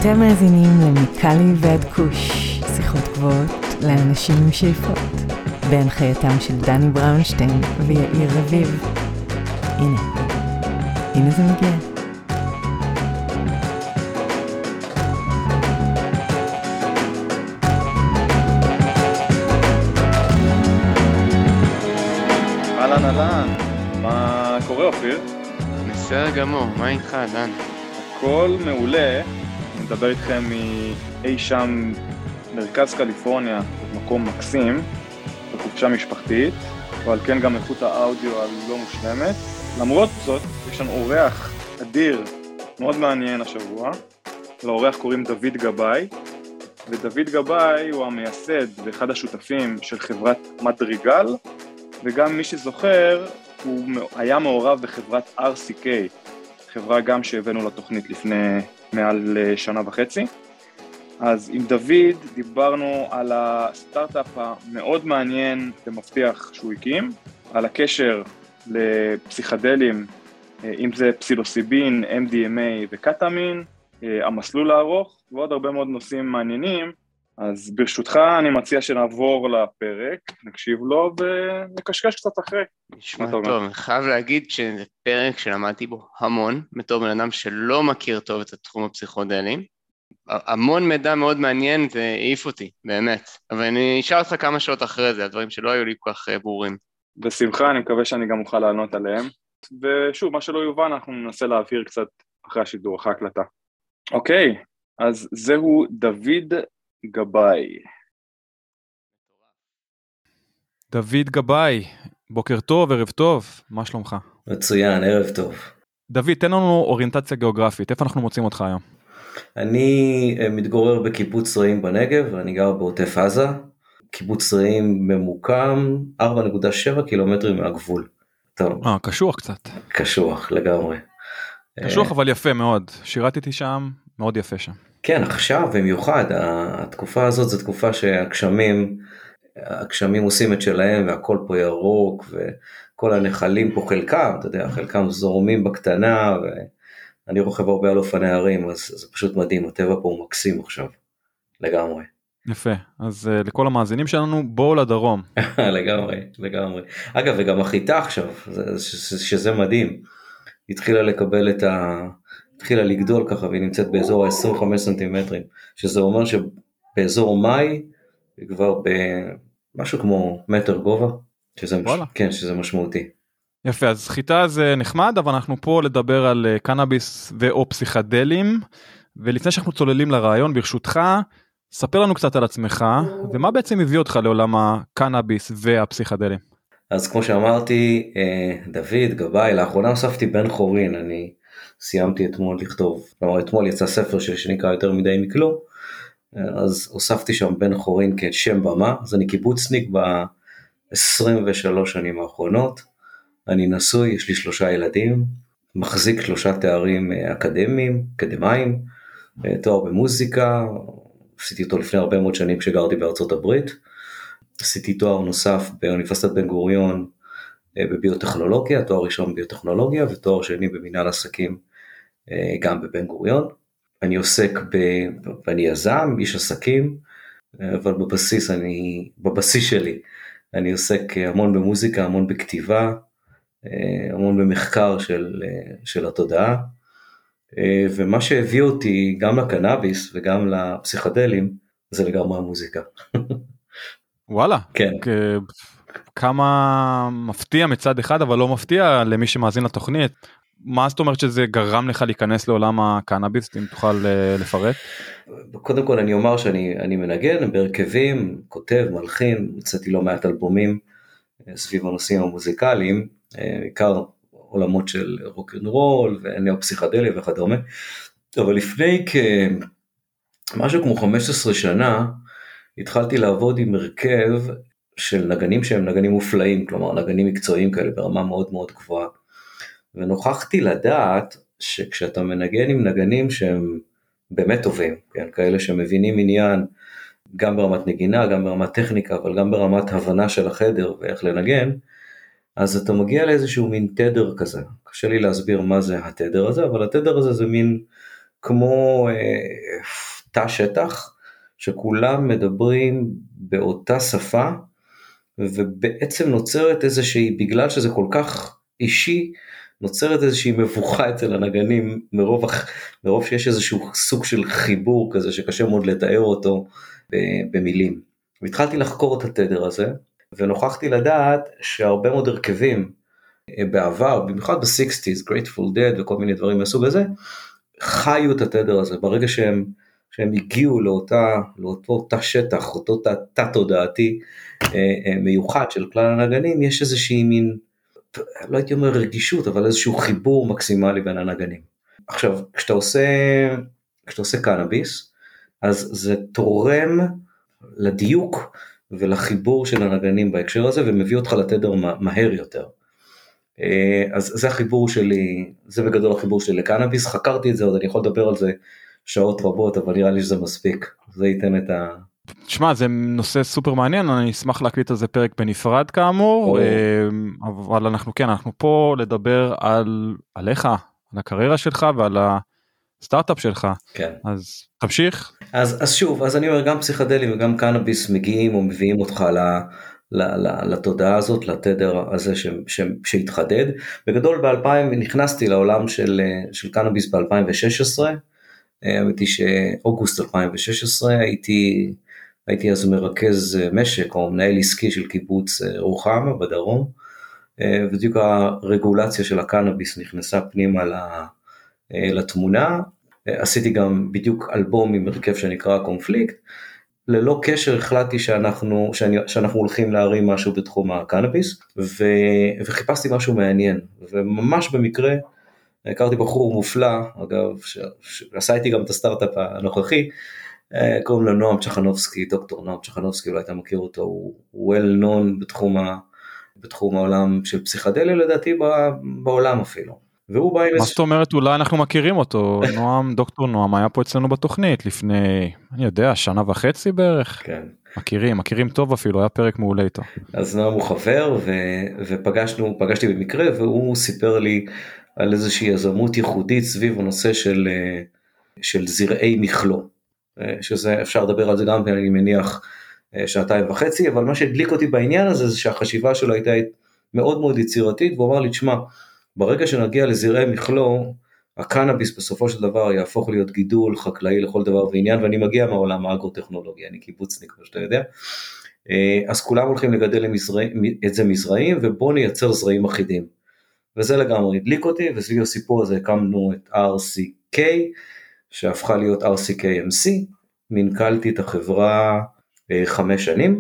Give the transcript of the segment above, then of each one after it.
אתם מאזינים למיקלי ועד כוש, שיחות גבוהות לאנשים עם שאיפות, בהנחייתם של דני בראונשטיין ויאיר רביב. הנה זה מגיע. אהלן, מה קורה אופיר? בסדר גמור, מה איתך דן? הכל מעולה, אני מדבר איתכם מאי שם מרכז קליפורניה, מקום מקסים, בחופשה משפחתית, אבל כן גם איכות האודיו הלא מושלמת. למרות זאת, יש לנו אורח אדיר, מאוד מעניין השבוע. לאורח קוראים דוד גבאי, ודוד גבאי הוא המייסד ואחד השותפים של חברת מדריגל, וגם מי שזוכר, הוא היה מעורב בחברת RCK, חברה גם שהבאנו לתוכנית לפני מעל שנה וחצי. אז עם דוד דיברנו על הסטארט-אפ המאוד מעניין ומבטיח שהוא הקים, על הקשר לפסיכדלים, אם זה פסילוסיבין, MDMA וקטמין, המסלול הארוך, ועוד הרבה מאוד נושאים מעניינים. אז ברשותך אני מציע שנעבור לפרק, נקשיב לו ונקשקש קצת אחרי. נשמע טוב, אני חייב להגיד שזה פרק שלמדתי בו המון, בתור בן אדם שלא מכיר טוב את התחום הפסיכודלים. המון מידע מאוד מעניין והעיף אותי, באמת. אבל אני אשאל אותך כמה שעות אחרי זה, הדברים שלא היו לי כל כך ברורים. בשמחה, אני מקווה שאני גם אוכל לענות עליהם. ושוב, מה שלא יובן, אנחנו ננסה להעביר קצת אחרי השידור, אחרי הקלטה. אוקיי, אז זהו דוד גבאי. דוד גבאי, בוקר טוב, ערב טוב, מה שלומך? מצוין, ערב טוב. דוד, תן לנו אוריינטציה גיאוגרפית, איפה אנחנו מוצאים אותך היום? אני מתגורר בקיבוץ רעים בנגב, אני גר בעוטף עזה, קיבוץ רעים ממוקם 4.7 קילומטרים מהגבול. טוב. קשוח קצת. קשוח, לגמרי. קשוח אבל יפה מאוד, שירתתי שם, מאוד יפה שם. כן, עכשיו במיוחד, התקופה הזאת זו תקופה שהגשמים עושים את שלהם, והכל פה ירוק, וכל הנחלים פה חלקם, אתה יודע, חלקם זורמים בקטנה, ואני רוכב הרבה על אופני הרים, אז זה פשוט מדהים, הטבע פה הוא מקסים עכשיו, לגמרי. יפה, אז לכל המאזינים שלנו, בואו לדרום. לגמרי. אגב, וגם החיטה עכשיו, שזה מדהים, התחילה לגדול ככה, והיא נמצאת באזור ה-25 סנטימטרים, שזה אומר שבאזור מאי, היא כבר במשהו כמו מטר גובה, שזה משמעותי. יפה, אז חיטה זה נחמד, אבל אנחנו פה לדבר על קנאביס ואו פסיכדלים, ולפני שאנחנו צוללים לרעיון, ברשותך, ספר לנו קצת על עצמך, ומה בעצם הביא אותך לעולם הקנאביס והפסיכדלים? אז כמו שאמרתי, דוד גבאי, לאחרונה הוספתי בן חורין, אני סיימתי אתמול לכתוב, כלומר אתמול יצא ספר שנקרא יותר מדי מכלום, אז הוספתי שם בן חורין כשם במה, אז אני קיבוצניק ב-23 שנים האחרונות, אני נשוי, יש לי 3 ילדים, מחזיק 3 תארים אקדמיים, תואר במוזיקה, עשיתי אותו לפני הרבה מאוד שנים כשגרתי בארצות הברית, עשיתי תואר נוסף באוניברסיטת בן גוריון בביוטכנולוגיה, תואר ראשון בביוטכנולוגיה ותואר שני במנהל עסקים גם בבן גוריון. אני עוסק ואני יזם, איש עסקים, אבל בבסיס שלי אני עוסק המון במוזיקה, המון בכתיבה, המון במחקר של התודעה, ומה שהביא אותי גם לקנאביס וגם לפסיכדלים זה לגמרי המוזיקה. וואלה, כן. כמה מפתיע מצד אחד, אבל לא מפתיע למי שמאזין לתוכנית. מה זאת אומרת שזה גרם לך להיכנס לעולם הקנאביס, אם תוכל לפרט? קודם כל אני אומר שאני מנגן בהרכבים, כותב, מלחין, מצאתי לא מעט אלבומים סביב הנושאים המוזיקליים, בעיקר עולמות של רוק אנד רול ונאו-פסיכדליה וכדומה, אבל לפני משהו כמו 15 שנה, התחלתי לעבוד עם הרכב של נגנים שהם נגנים מופלאים, כלומר נגנים מקצועיים כאלה ברמה מאוד מאוד גבוהה, ונוכחתי לדעת שכשאתה מנגן עם נגנים שהם באמת טובים, כן, כאלה שמבינים עניין גם ברמת נגינה, גם ברמת טכניקה, אבל גם ברמת הבנה של החדר ואיך לנגן, אז אתה מגיע לאיזשהו מין תדר כזה, קשה לי להסביר מה זה התדר הזה, אבל התדר הזה זה מין כמו תא שטח, שכולם מדברים באותה שפה, ובעצם נוצרת איזושהי, בגלל שזה כל כך אישי, נוצרת איזושהי מבוכה אצל הנגנים, מרוב שיש איזשהו סוג של חיבור כזה, שקשה מאוד לתאר אותו במילים. והתחלתי לחקור את התדר הזה, ונוכחתי לדעת שהרבה מאוד הרכבים בעבר, במיוחד ב-60s, Grateful Dead וכל מיני דברים מהסוג הזה, חיו את התדר הזה, ברגע שהם הגיעו לאותו תא שטח, אותו תא תודעתי מיוחד של כלל הנגנים, יש איזושהי מין, לא הייתי אומר רגישות, אבל איזשהו חיבור מקסימלי בין הנגנים. עכשיו, כשאתה עושה קנאביס, אז זה תורם לדיוק ולחיבור של הנגנים בהקשר הזה, ומביא אותך לתדר מהר יותר. אז זה החיבור שלי, זה בגדול החיבור שלי לקנאביס, חקרתי את זה, עוד אני יכול לדבר על זה שעות רבות, אבל נראה לי שזה מספיק, זה ייתן את ה... תשמע, זה נושא סופר מעניין, אני אשמח להקליט על זה פרק בנפרד כאמור, אבל אנחנו פה לדבר עליך, על הקריירה שלך ועל הסטארט-אפ שלך, אז תמשיך. אז שוב, אז אני אומר, גם פסיכדלים וגם קנאביס מגיעים או מביאים אותך לתודעה הזאת, לתדר הזה שהתחדד. בגדול נכנסתי לעולם של קנאביס ב-2016, האמת שאוגוסט 2016 הייתי אז מרכז משק או מנהל עסקי של קיבוץ רוחמה בדרום, ובדיוק הרגולציה של הקנאביס נכנסה פנימה לתמונה, עשיתי גם בדיוק אלבום עם הרכב שנקרא קונפליקט, ללא קשר החלטתי שאנחנו הולכים להרים משהו בתחום הקנאביס, וחיפשתי משהו מעניין, וממש במקרה הכרתי בחור מופלא, אגב, שעשה איתי גם את הסטארט-אפ הנוכחי, קוראים לו נועם צ'חנובסקי, דוקטור נועם צ'חנובסקי, אולי אתה מכיר אותו, הוא well known בתחום העולם של פסיכדליה, לדעתי בעולם אפילו. והוא בא... מה זאת אומרת, אולי אנחנו מכירים אותו, נועם, דוקטור נועם, היה פה אצלנו בתוכנית, לפני, אני יודע, 1.5 שנה בערך. כן. מכירים טוב אפילו, היה פרק מעולה איתו. אז נועם הוא חבר, ופגשתי במקרה, והוא סיפר לי על איזושהי יזמות ייחודית סביב הנושא של זרעי מכלוא, שזה אפשר לדבר על זה גם, אני מניח 2.5 שנים, אבל מה שהדליק אותי בעניין הזה, זה שהחשיבה שלו הייתה מאוד מאוד יצירתית, והוא אמר לי, תשמע, ברגע שנגיע לזרעי מכלוא, הקנאביס בסופו של דבר יהפוך להיות גידול חקלאי לכל דבר ועניין, ואני מגיע מהעולם האגרוטכנולוגיה, אני קיבוצניק, כמו שאתה יודע, אז כולם הולכים לגדל את זה מזרעים, ובואו נייצר זרעים אחידים. וזה לגמרי הדליק אותי, וסביב הסיפור הזה הקמנו את RCK, שהפכה להיות RCKMC, מנכלתי את החברה 5 שנים,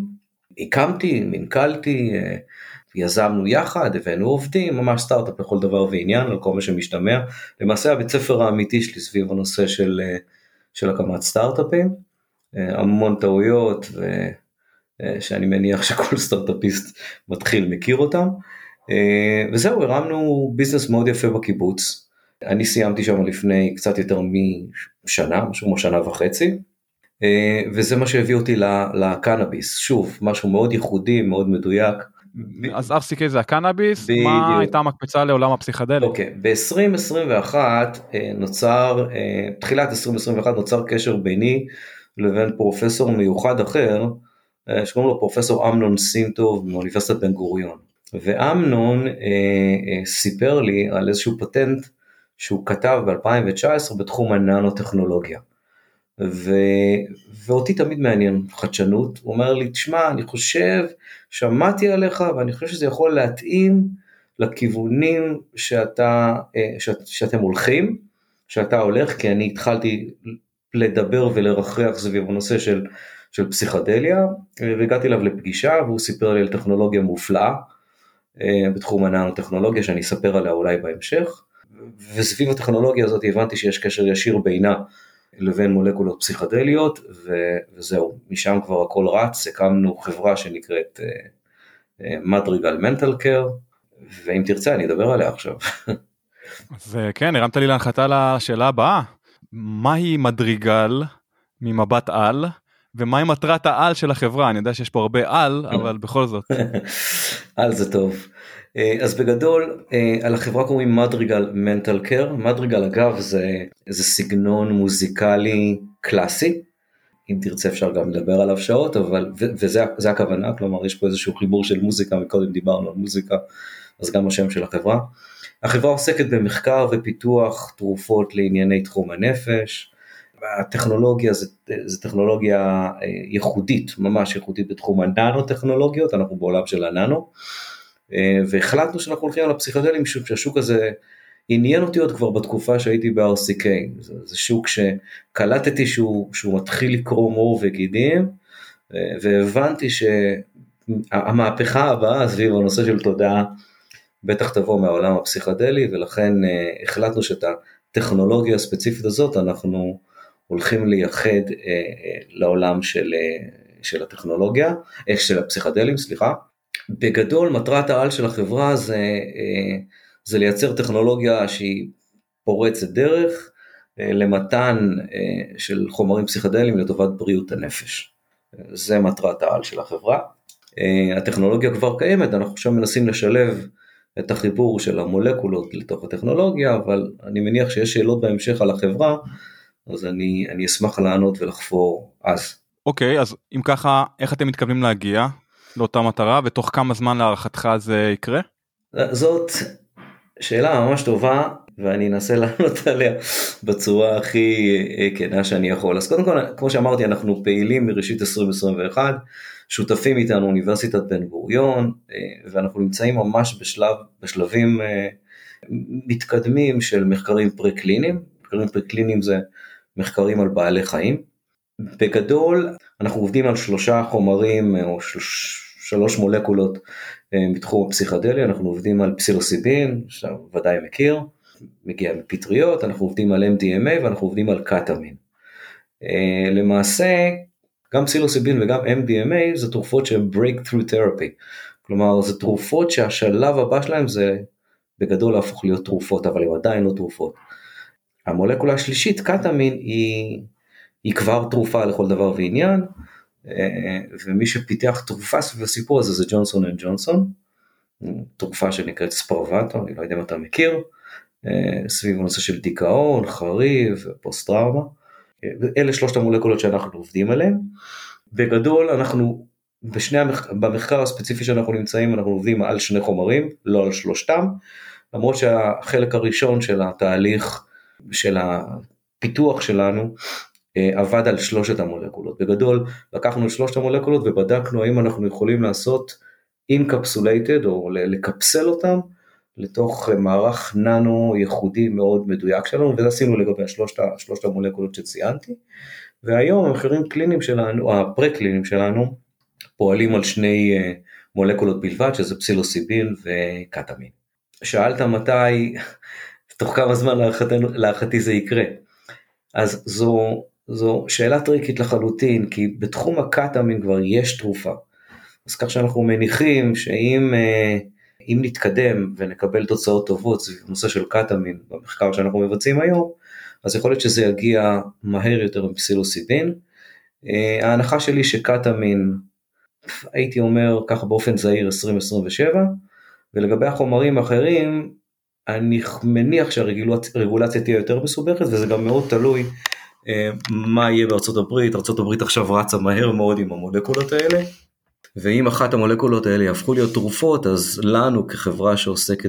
מנכלתי, יזמנו יחד, הבאנו עובדים, ממש סטארט-אפ לכל דבר ועניין, על כל מה שמשתמע, למעשה הבית ספר האמיתי שלי סביב הנושא של הקמת סטארט-אפים, המון טעויות, שאני מניח שכל סטארט-אפיסט מתחיל מכיר אותם, וזהו, הרמנו ביזנס מאוד יפה בקיבוץ, אני סיימתי שם לפני קצת יותר משנה, משהו כמו 1.5 שנה, וזה מה שהביא אותי לקנאביס, שוב, משהו מאוד ייחודי, מאוד מדויק. אז RCK זה הקנאביס, מה הייתה המקפצה לעולם הפסיכדלי? אוקיי, ב-2021 נוצר, תחילת 2021 נוצר קשר ביני לבין פרופסור מיוחד אחר, שקוראים לו פרופסור אמנון סינטוב מאוניברסיטת בן גוריון, ואמנון סיפר לי על איזשהו פטנט שהוא כתב ב-2019 בתחום הננו-טכנולוגיה, ואותי תמיד מעניין חדשנות, הוא אומר לי, תשמע, אני חושב, שמעתי עליך, ואני חושב שזה יכול להתאים לכיוונים שאתם הולכים, שאתה הולך, כי אני התחלתי לדבר ולרחרח סביב הנושא של פסיכדליה, והגעתי אליו לפגישה, והוא סיפר לי על טכנולוגיה מופלאה, בתחום הננו-טכנולוגיה, שאני אספר עליה אולי בהמשך, וסביב הטכנולוגיה הזאת הבנתי שיש קשר ישיר בינה, לבין מולקולות פסיכדליות, וזהו, משם כבר הכל רץ, הקמנו חברה שנקראת מדריגל מנטל קר, ואם תרצה אני אדבר עליה עכשיו. אז כן, הרמת לי להנחתה לשאלה הבאה, מהי מדריגל ממבט על, ומהי מטרת העל של החברה? אני יודע שיש פה הרבה על, אבל בכל זאת. על זה טוב. אז בגדול, על החברה קוראים מדריגל מנטל קר. מדריגל אגב זה סגנון מוזיקלי קלאסי, אם תרצה אפשר גם לדבר עליו שעות, וזה הכוונה, כלומר יש פה איזשהו חיבור של מוזיקה, מקודם דיברנו על מוזיקה, אז גם השם של החברה. החברה עוסקת במחקר ופיתוח תרופות לענייני תחום הנפש. הטכנולוגיה זה טכנולוגיה ייחודית, ממש ייחודית בתחום הננו-טכנולוגיות, אנחנו בעולם של הננו, והחלטנו שאנחנו הולכים על הפסיכדלים, משום שהשוק הזה עניין אותי עוד כבר בתקופה שהייתי ב-RCK, זה שוק שקלטתי שהוא מתחיל לקרוא מור וגידים, והבנתי שהמהפכה הבאה סביב הנושא של תודעה, בטח תבוא מהעולם הפסיכדלי, ולכן החלטנו שאת הטכנולוגיה הספציפית הזאת אנחנו הולכים לייחד לעולם של הטכנולוגיה, של הפסיכדלים, סליחה. בגדול מטרת העל של החברה זה לייצר טכנולוגיה שהיא פורצת דרך למתן של חומרים פסיכדליים לטובת בריאות הנפש. זה מטרת העל של החברה. הטכנולוגיה כבר קיימת, אנחנו עכשיו מנסים לשלב את החיבור של המולקולות לתוך הטכנולוגיה, אבל אני מניח שיש שאלות בהמשך על החברה, אז אני אשמח לענות ולחפור אז. אוקיי, אז אם ככה, איך אתם מתכוונים להגיע לאותה מטרה, ותוך כמה זמן להערכתך זה יקרה? זאת שאלה ממש טובה, ואני אנסה לענות עליה בצורה הכי כנה שאני יכול. אז קודם כל, כמו שאמרתי, אנחנו פעילים מראשית 2021, שותפים איתנו אוניברסיטת בן גוריון, ואנחנו נמצאים ממש בשלבים מתקדמים של מחקרים פרה-קליניים. מחקרים פרה-קליניים זה מחקרים על בעלי חיים. בגדול, אנחנו עובדים על 3 חומרים או 3 מולקולות מתחום הפסיכדלי. אנחנו עובדים על פסילוסיבין, שאתה ודאי מכיר, מגיע מפטריות, אנחנו עובדים על MDMA ואנחנו עובדים על קטמין. למעשה, גם פסילוסיבין וגם MDMA זה תרופות שהן breakthrough therapy, כלומר זה תרופות שהשלב הבא שלהם זה בגדול להפוך להיות תרופות, אבל הן עדיין לא תרופות. המולקולה השלישית, קטמין, היא כבר תרופה לכל דבר ועניין, ומי שפיתח תרופה סביב הסיפור הזה זה ג'ונסון אנד ג'ונסון, תרופה שנקראת ספרווטו, אני לא יודע אם אתה מכיר, סביב הנושא של דיכאון, חריב, פוסט טראומה, אלה 3 המולקולות שאנחנו עובדים עליהן. בגדול אנחנו במחקר הספציפי שאנחנו נמצאים, אנחנו עובדים על 2 חומרים, לא על 3, למרות שהחלק הראשון של התהליך של הפיתוח שלנו עבד על 3 המולקולות. בגדול לקחנו 3 המולקולות ובדקנו האם אנחנו יכולים לעשות encapsulated או לקפסל אותם לתוך מערך ננו ייחודי מאוד מדויק שלנו, וזה עשינו לגבי 3 המולקולות שציינתי, והיום המחקרים קליניים שלנו, הפרה-קליניים שלנו, פועלים על 2 מולקולות בלבד, שזה פסילוסיבין וקטמין. שאלת מתי, תוך כמה זמן להערכתי זה יקרה, אז זו שאלה טריקית לחלוטין, כי בתחום הקטמין כבר יש תרופה, אז כך שאנחנו מניחים שאם נתקדם ונקבל תוצאות טובות סביב נושא של קטמין במחקר שאנחנו מבצעים היום, אז יכול להיות שזה יגיע מהר יותר מפסילוסיבין. ההנחה שלי שקטמין, הייתי אומר ככה באופן זהיר 2027, ולגבי החומרים האחרים, אני מניח שהרגולציה תהיה יותר מסובכת, וזה גם מאוד תלוי מה יהיה בארצות הברית. ארצות הברית עכשיו רצה מהר מאוד עם המולקולות האלה, ואם אחת המולקולות האלה יהפכו להיות תרופות, אז לנו כחברה שעוסקת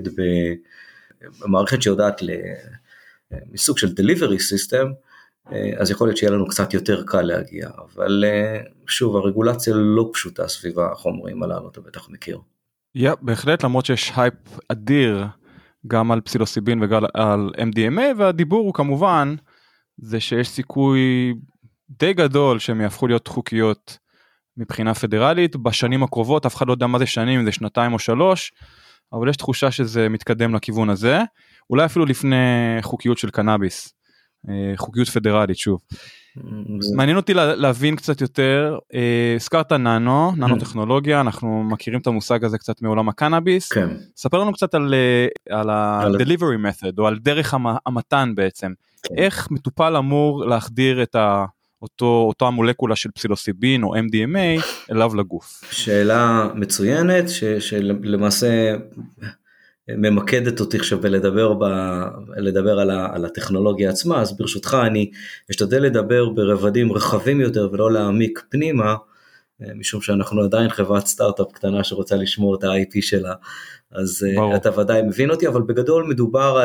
במערכת שיודעת מסוג של delivery system, אז יכול להיות שיהיה לנו קצת יותר קל להגיע, אבל שוב, הרגולציה לא פשוטה סביב החומרים הללו, אתה בטח מכיר. בהחלט, למרות שיש הייפ אדיר, גם על פסילוסיבין וגם על MDMA, והדיבור הוא כמובן, זה שיש סיכוי די גדול שהם יהפכו להיות חוקיות מבחינה פדרלית, בשנים הקרובות, אף אחד לא יודע מה זה שנים, אם זה 2 או 3, אבל יש תחושה שזה מתקדם לכיוון הזה, אולי אפילו לפני חוקיות של קנאביס, חוקיות פדרלית שוב. מעניין אותי להבין קצת יותר, הזכרת ננו טכנולוגיה, אנחנו מכירים את המושג הזה קצת מעולם הקנאביס, ספר לנו קצת על ה-delivery method, או על דרך המתן בעצם, איך מטופל אמור להחדיר אותו המולקולה של פסילוסיבין או MDMA אליו לגוף? שאלה מצוינת, שלמעשה ממקדת אותי עכשיו לדבר על הטכנולוגיה עצמה, אז ברשותך אני אשתדל לדבר ברבדים רחבים יותר ולא להעמיק פנימה, משום שאנחנו עדיין חברת סטארט-אפ קטנה שרוצה לשמור את ה-IP שלה, אז אתה ודאי מבין אותי, אבל בגדול מדובר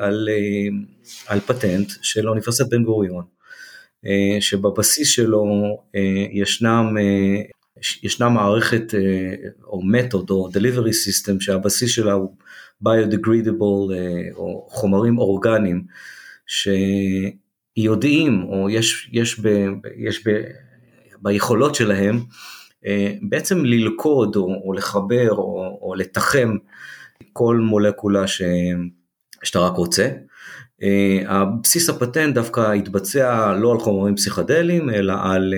על פטנט של אוניברסיטת בן גוריון, שבבסיס שלו ישנה מערכת או מתוד או delivery system שהבסיס שלה הוא biodegradable או חומרים אורגניים שיודעים או יש ביכולות שלהם בעצם ללכוד או לחבר או לתחם כל מולקולה שאתה רק רוצה. הבסיס הפטנט דווקא התבצע לא על חומרים פסיכדליים אלא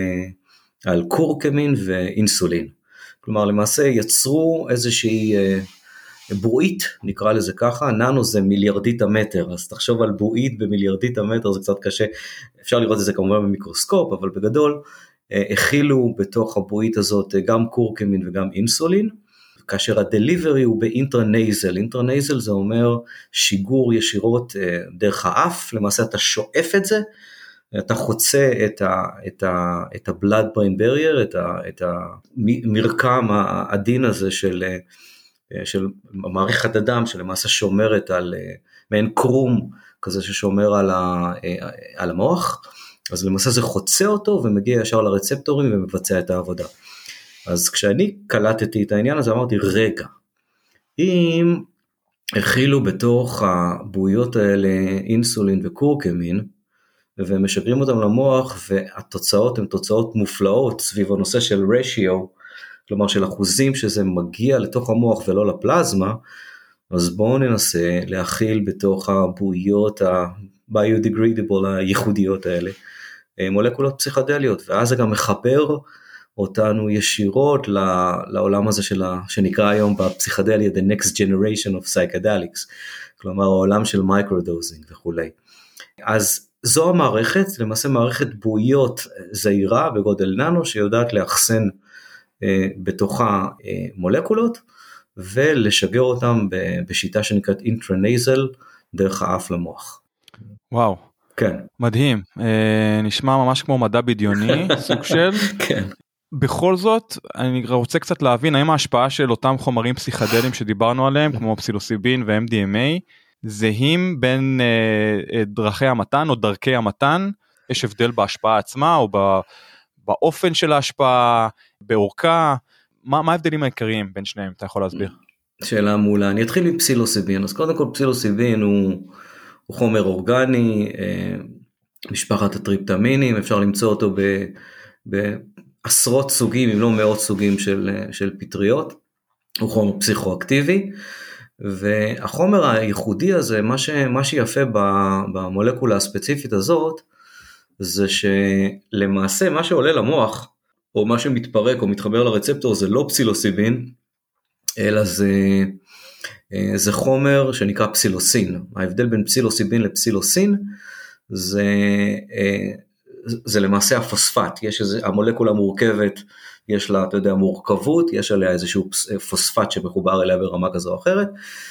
על קורקמין ואינסולין. כלומר למעשה יצרו איזושהי בועית, נקרא לזה ככה, ננו זה מיליארדית המטר, אז תחשוב על בועית במיליארדית המטר, זה קצת קשה, אפשר לראות את זה כמובן במיקרוסקופ, אבל בגדול הכילו בתוך הבועית הזאת גם קורקמין וגם אינסולין, כאשר הדליברי הוא באינטרנייזל, אינטרנייזל זה אומר שיגור ישירות דרך האף, למעשה אתה שואף את זה, אתה חוצה את ה-blood brain barrier, את המרקם העדין הזה של מערכת הדם, שלמעשה שומרת על מעין קרום כזה ששומר על המוח, אז למעשה זה חוצה אותו ומגיע ישר לרצפטורים ומבצע את העבודה. אז כשאני קלטתי את העניין הזה אמרתי רגע, אם הכילו בתוך הבועיות האלה אינסולין וקורקמין, ומשגרים אותם למוח, והתוצאות הן תוצאות מופלאות סביב הנושא של ratio, כלומר של אחוזים שזה מגיע לתוך המוח ולא לפלזמה, אז בואו ננסה להכיל בתוך הבועיות ה-biodegradable הייחודיות האלה, מולקולות פסיכדליות, ואז זה גם מחבר אותנו ישירות לעולם הזה שנקרא היום בפסיכדליה, the next generation of psychedelics, כלומר העולם של מייקרודוזינג וכו'. אז זו המערכת, למעשה מערכת בועיות זעירה בגודל ננו, שיודעת לאחסן בתוכה מולקולות, ולשגר אותם בשיטה שנקראת אינטרנייזל, דרך האף למוח. וואו. כן. מדהים, נשמע ממש כמו מדע בדיוני, סוג של. כן. בכל זאת, אני רוצה קצת להבין, האם ההשפעה של אותם חומרים פסיכדליים שדיברנו עליהם, כמו פסילוסיבין ו-MDMA, זהים בין דרכי המתן או דרכי המתן, יש הבדל בהשפעה עצמה או באופן של ההשפעה, באורכה, מה ההבדלים העיקריים בין שניהם, אתה יכול להסביר? שאלה מעולה, אני אתחיל עם פסילוסיבין, אז קודם כל פסילוסיבין הוא חומר אורגני, משפחת הטריפטמינים, אפשר למצוא אותו בעשרות סוגים, אם לא מאות סוגים של פטריות, הוא חומר פסיכואקטיבי, והחומר הייחודי הזה, מה שיפה במולקולה הספציפית הזאת, זה שלמעשה מה שעולה למוח, או מה שמתפרק או מתחבר לרצפטור, זה לא פסילוסיבין, אלא זה חומר שנקרא פסילוסין. ההבדל בין פסילוסיבין לפסילוסין, זה למעשה הפוספט, המולקולה מורכבת, יש לה, אתה יודע, מורכבות, יש עליה איזשהו פוספט שמחובר אליה ברמה כזו או אחרת,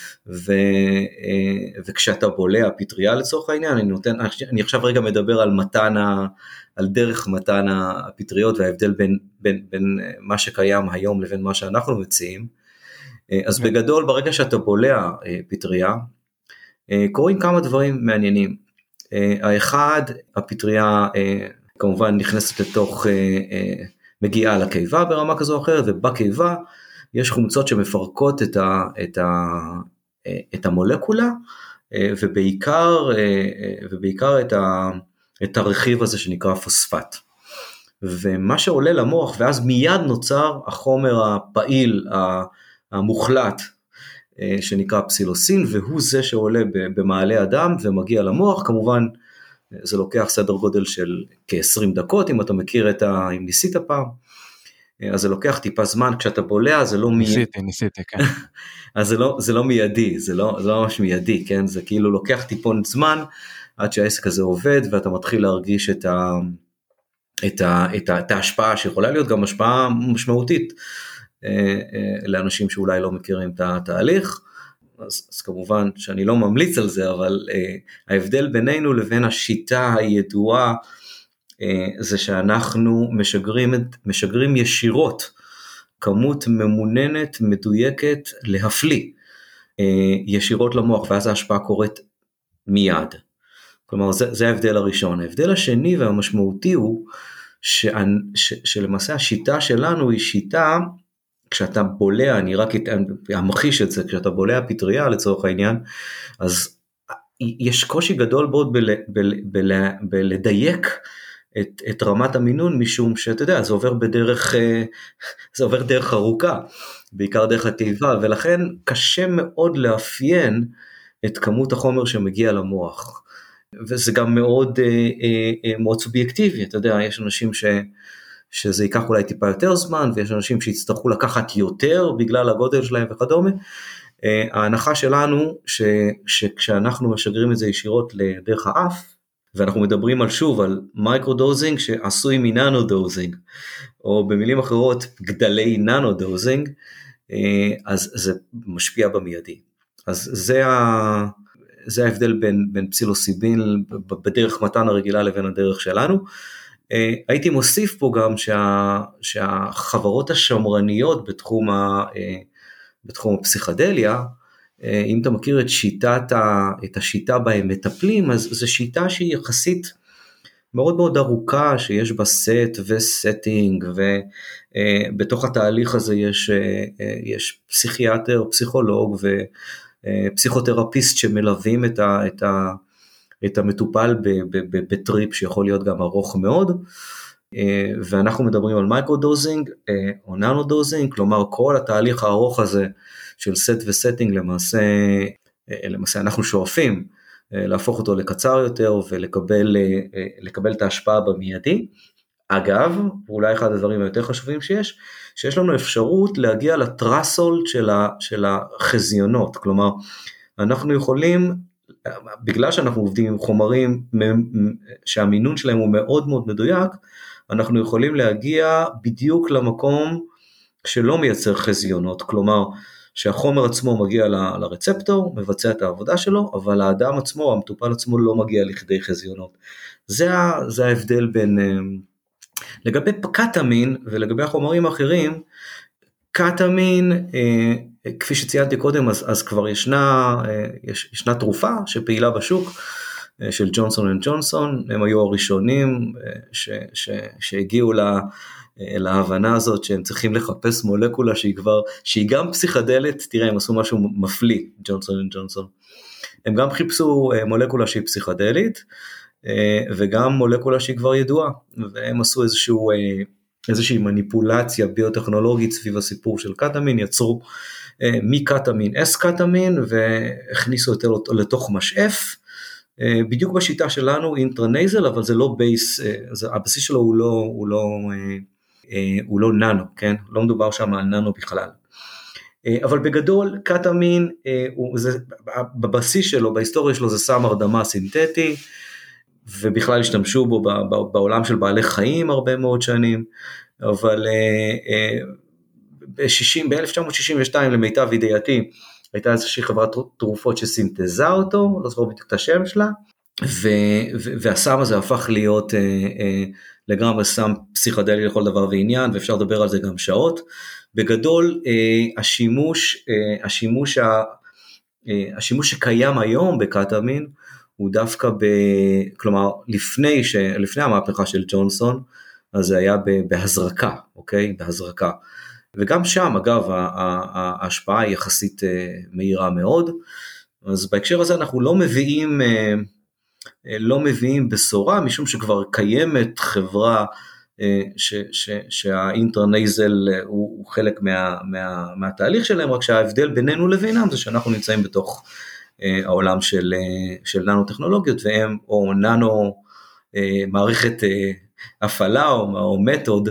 וכשאתה בולע פטריה לצורך העניין, אני עכשיו רגע מדבר על דרך מתן הפטריות, וההבדל בין מה שקיים היום לבין מה שאנחנו מציעים, אז בגדול ברגע שאתה בולע פטריה, קוראים כמה דברים מעניינים, האחד, הפטריה כמובן נכנסת לתוך, מגיעה לקיבה ברמה כזו או אחרת, ובקיבה יש חומצות שמפרקות את המולקולה, ובעיקר את הרכיב הזה שנקרא פוספט. ומה שעולה למוח, ואז מיד נוצר החומר הפעיל, המוחלט, שנקרא פסילוסין, והוא זה שעולה במעלה הדם ומגיע למוח, כמובן זה לוקח סדר גודל של כ-20 דקות, אם אתה מכיר אם ניסית פעם, אז זה לוקח טיפה זמן, כשאתה בולע זה לא מיידי. ניסיתי, כן. אז זה לא מיידי, זה לא ממש מיידי, כן? זה כאילו לוקח טיפון זמן, עד שהעסק הזה עובד, ואתה מתחיל להרגיש את ההשפעה, שיכולה להיות גם השפעה משמעותית לאנשים שאולי לא מכירים את התהליך. אז כמובן שאני לא ממליץ על זה, אבל ההבדל בינינו לבין השיטה הידועה, זה שאנחנו משגרים ישירות, כמות ממוננת, מדויקת, להפליא, ישירות למוח, ואז ההשפעה קורית מיד. כלומר, זה ההבדל הראשון. ההבדל השני והמשמעותי הוא, שלמעשה השיטה שלנו היא שיטה, כשאתה בולע, אני רק אמחיש את זה, כשאתה בולע פטריה לצורך העניין, אז יש קושי גדול מאוד בלדייק את רמת המינון, משום שאתה יודע, זה עובר דרך ארוכה, בעיקר דרך התיבה, ולכן קשה מאוד לאפיין את כמות החומר שמגיע למוח, וזה גם מאוד סובייקטיבי, אתה יודע, יש אנשים שזה ייקח אולי טיפה יותר זמן, ויש אנשים שיצטרכו לקחת יותר, בגלל הגודל שלהם וכדומה. ההנחה שלנו, שכשאנחנו משגרים את זה ישירות לדרך האף, ואנחנו מדברים על מייקרו-דוזינג, שעשוי מננו-דוזינג, או במילים אחרות, גדלי ננו-דוזינג, אז זה משפיע במיידי. אז זה ההבדל בין פסילוסיבין, בדרך מתן הרגילה לבין הדרך שלנו. הייתי מוסיף פה גם שהחברות השמרניות בתחום הפסיכדליה, אם אתה מכיר את השיטה בהם מטפלים, אז זו שיטה שהיא יחסית מאוד מאוד ארוכה, שיש בה סט וסטינג, ובתוך התהליך הזה יש פסיכיאטר, פסיכולוג ופסיכותרפיסט שמלווים את המטופל בטריפ שיכול להיות גם ארוך מאוד, ואנחנו מדברים על מייקרו-דוזינג או ננו-דוזינג, כלומר כל התהליך הארוך הזה של סט וסטינג, למעשה אנחנו שואפים להפוך אותו לקצר יותר ולקבל את ההשפעה במיידי. אגב, ואולי אחד הדברים היותר חשובים שיש לנו אפשרות להגיע לטרסולד של החזיונות, כלומר אנחנו יכולים, בגלל שאנחנו עובדים עם חומרים שהמינון שלהם הוא מאוד מאוד מדויק, אנחנו יכולים להגיע בדיוק למקום שלא מייצר חזיונות, כלומר שהחומר עצמו מגיע לרצפטור, מבצע את העבודה שלו, אבל האדם עצמו, המטופל עצמו לא מגיע לכדי חזיונות. זה ההבדל בין, לגבי קטמין ולגבי החומרים האחרים, קטמין, כפי שציינתי קודם, אז כבר ישנה תרופה שפעילה בשוק, של ג'ונסון אנד ג'ונסון, הם היו הראשונים שהגיעו להבנה הזאת שהם צריכים לחפש מולקולה שהיא גם פסיכדלית. תראה, הם עשו משהו מפליא, ג'ונסון אנד ג'ונסון. הם גם חיפשו מולקולה שהיא פסיכדלית, וגם מולקולה שהיא כבר ידועה, והם עשו איזושהי מניפולציה ביוטכנולוגית סביב הסיפור של קטמין, יצרו מקטמין S-קטמין, והכניסו אותו לתוך משאף, בדיוק בשיטה שלנו אינטרנייזל, אבל זה לא בייס, הבסיס שלו הוא לא ננו, כן? לא מדובר שם על ננו בכלל. אבל בגדול קטמין, בבסיס שלו, בהיסטוריה שלו זה סם הרדמה סינתטי, ובכלל השתמשו בו בעולם של בעלי חיים הרבה מאוד שנים, אבל ב-1962 למיטב ידיעתי, הייתה איזושהי חברת תרופות שסינתזה אותו, לא זוכר בדיוק את השם שלה, והסם הזה הפך להיות לגמרי סם פסיכדלי לכל דבר ועניין, ואפשר לדבר על זה גם שעות. בגדול, השימוש שקיים היום בקטמין, הוא דווקא כלומר, לפני המהפכה של ג'ונסון, אז זה היה בהזרקה, אוקיי? בהזרקה. וגם שם, אגב, ההשפעה היא יחסית מהירה מאוד, אז בהקשר הזה אנחנו לא מביאים בשורה, משום שכבר קיימת חברה שהאינטרנייזל הוא חלק מהתהליך שלהם, רק שההבדל בינינו לבינם זה שאנחנו נמצאים בתוך העולם של ננו טכנולוגיות, והם או ננו מערכת הפעלה או מתוד,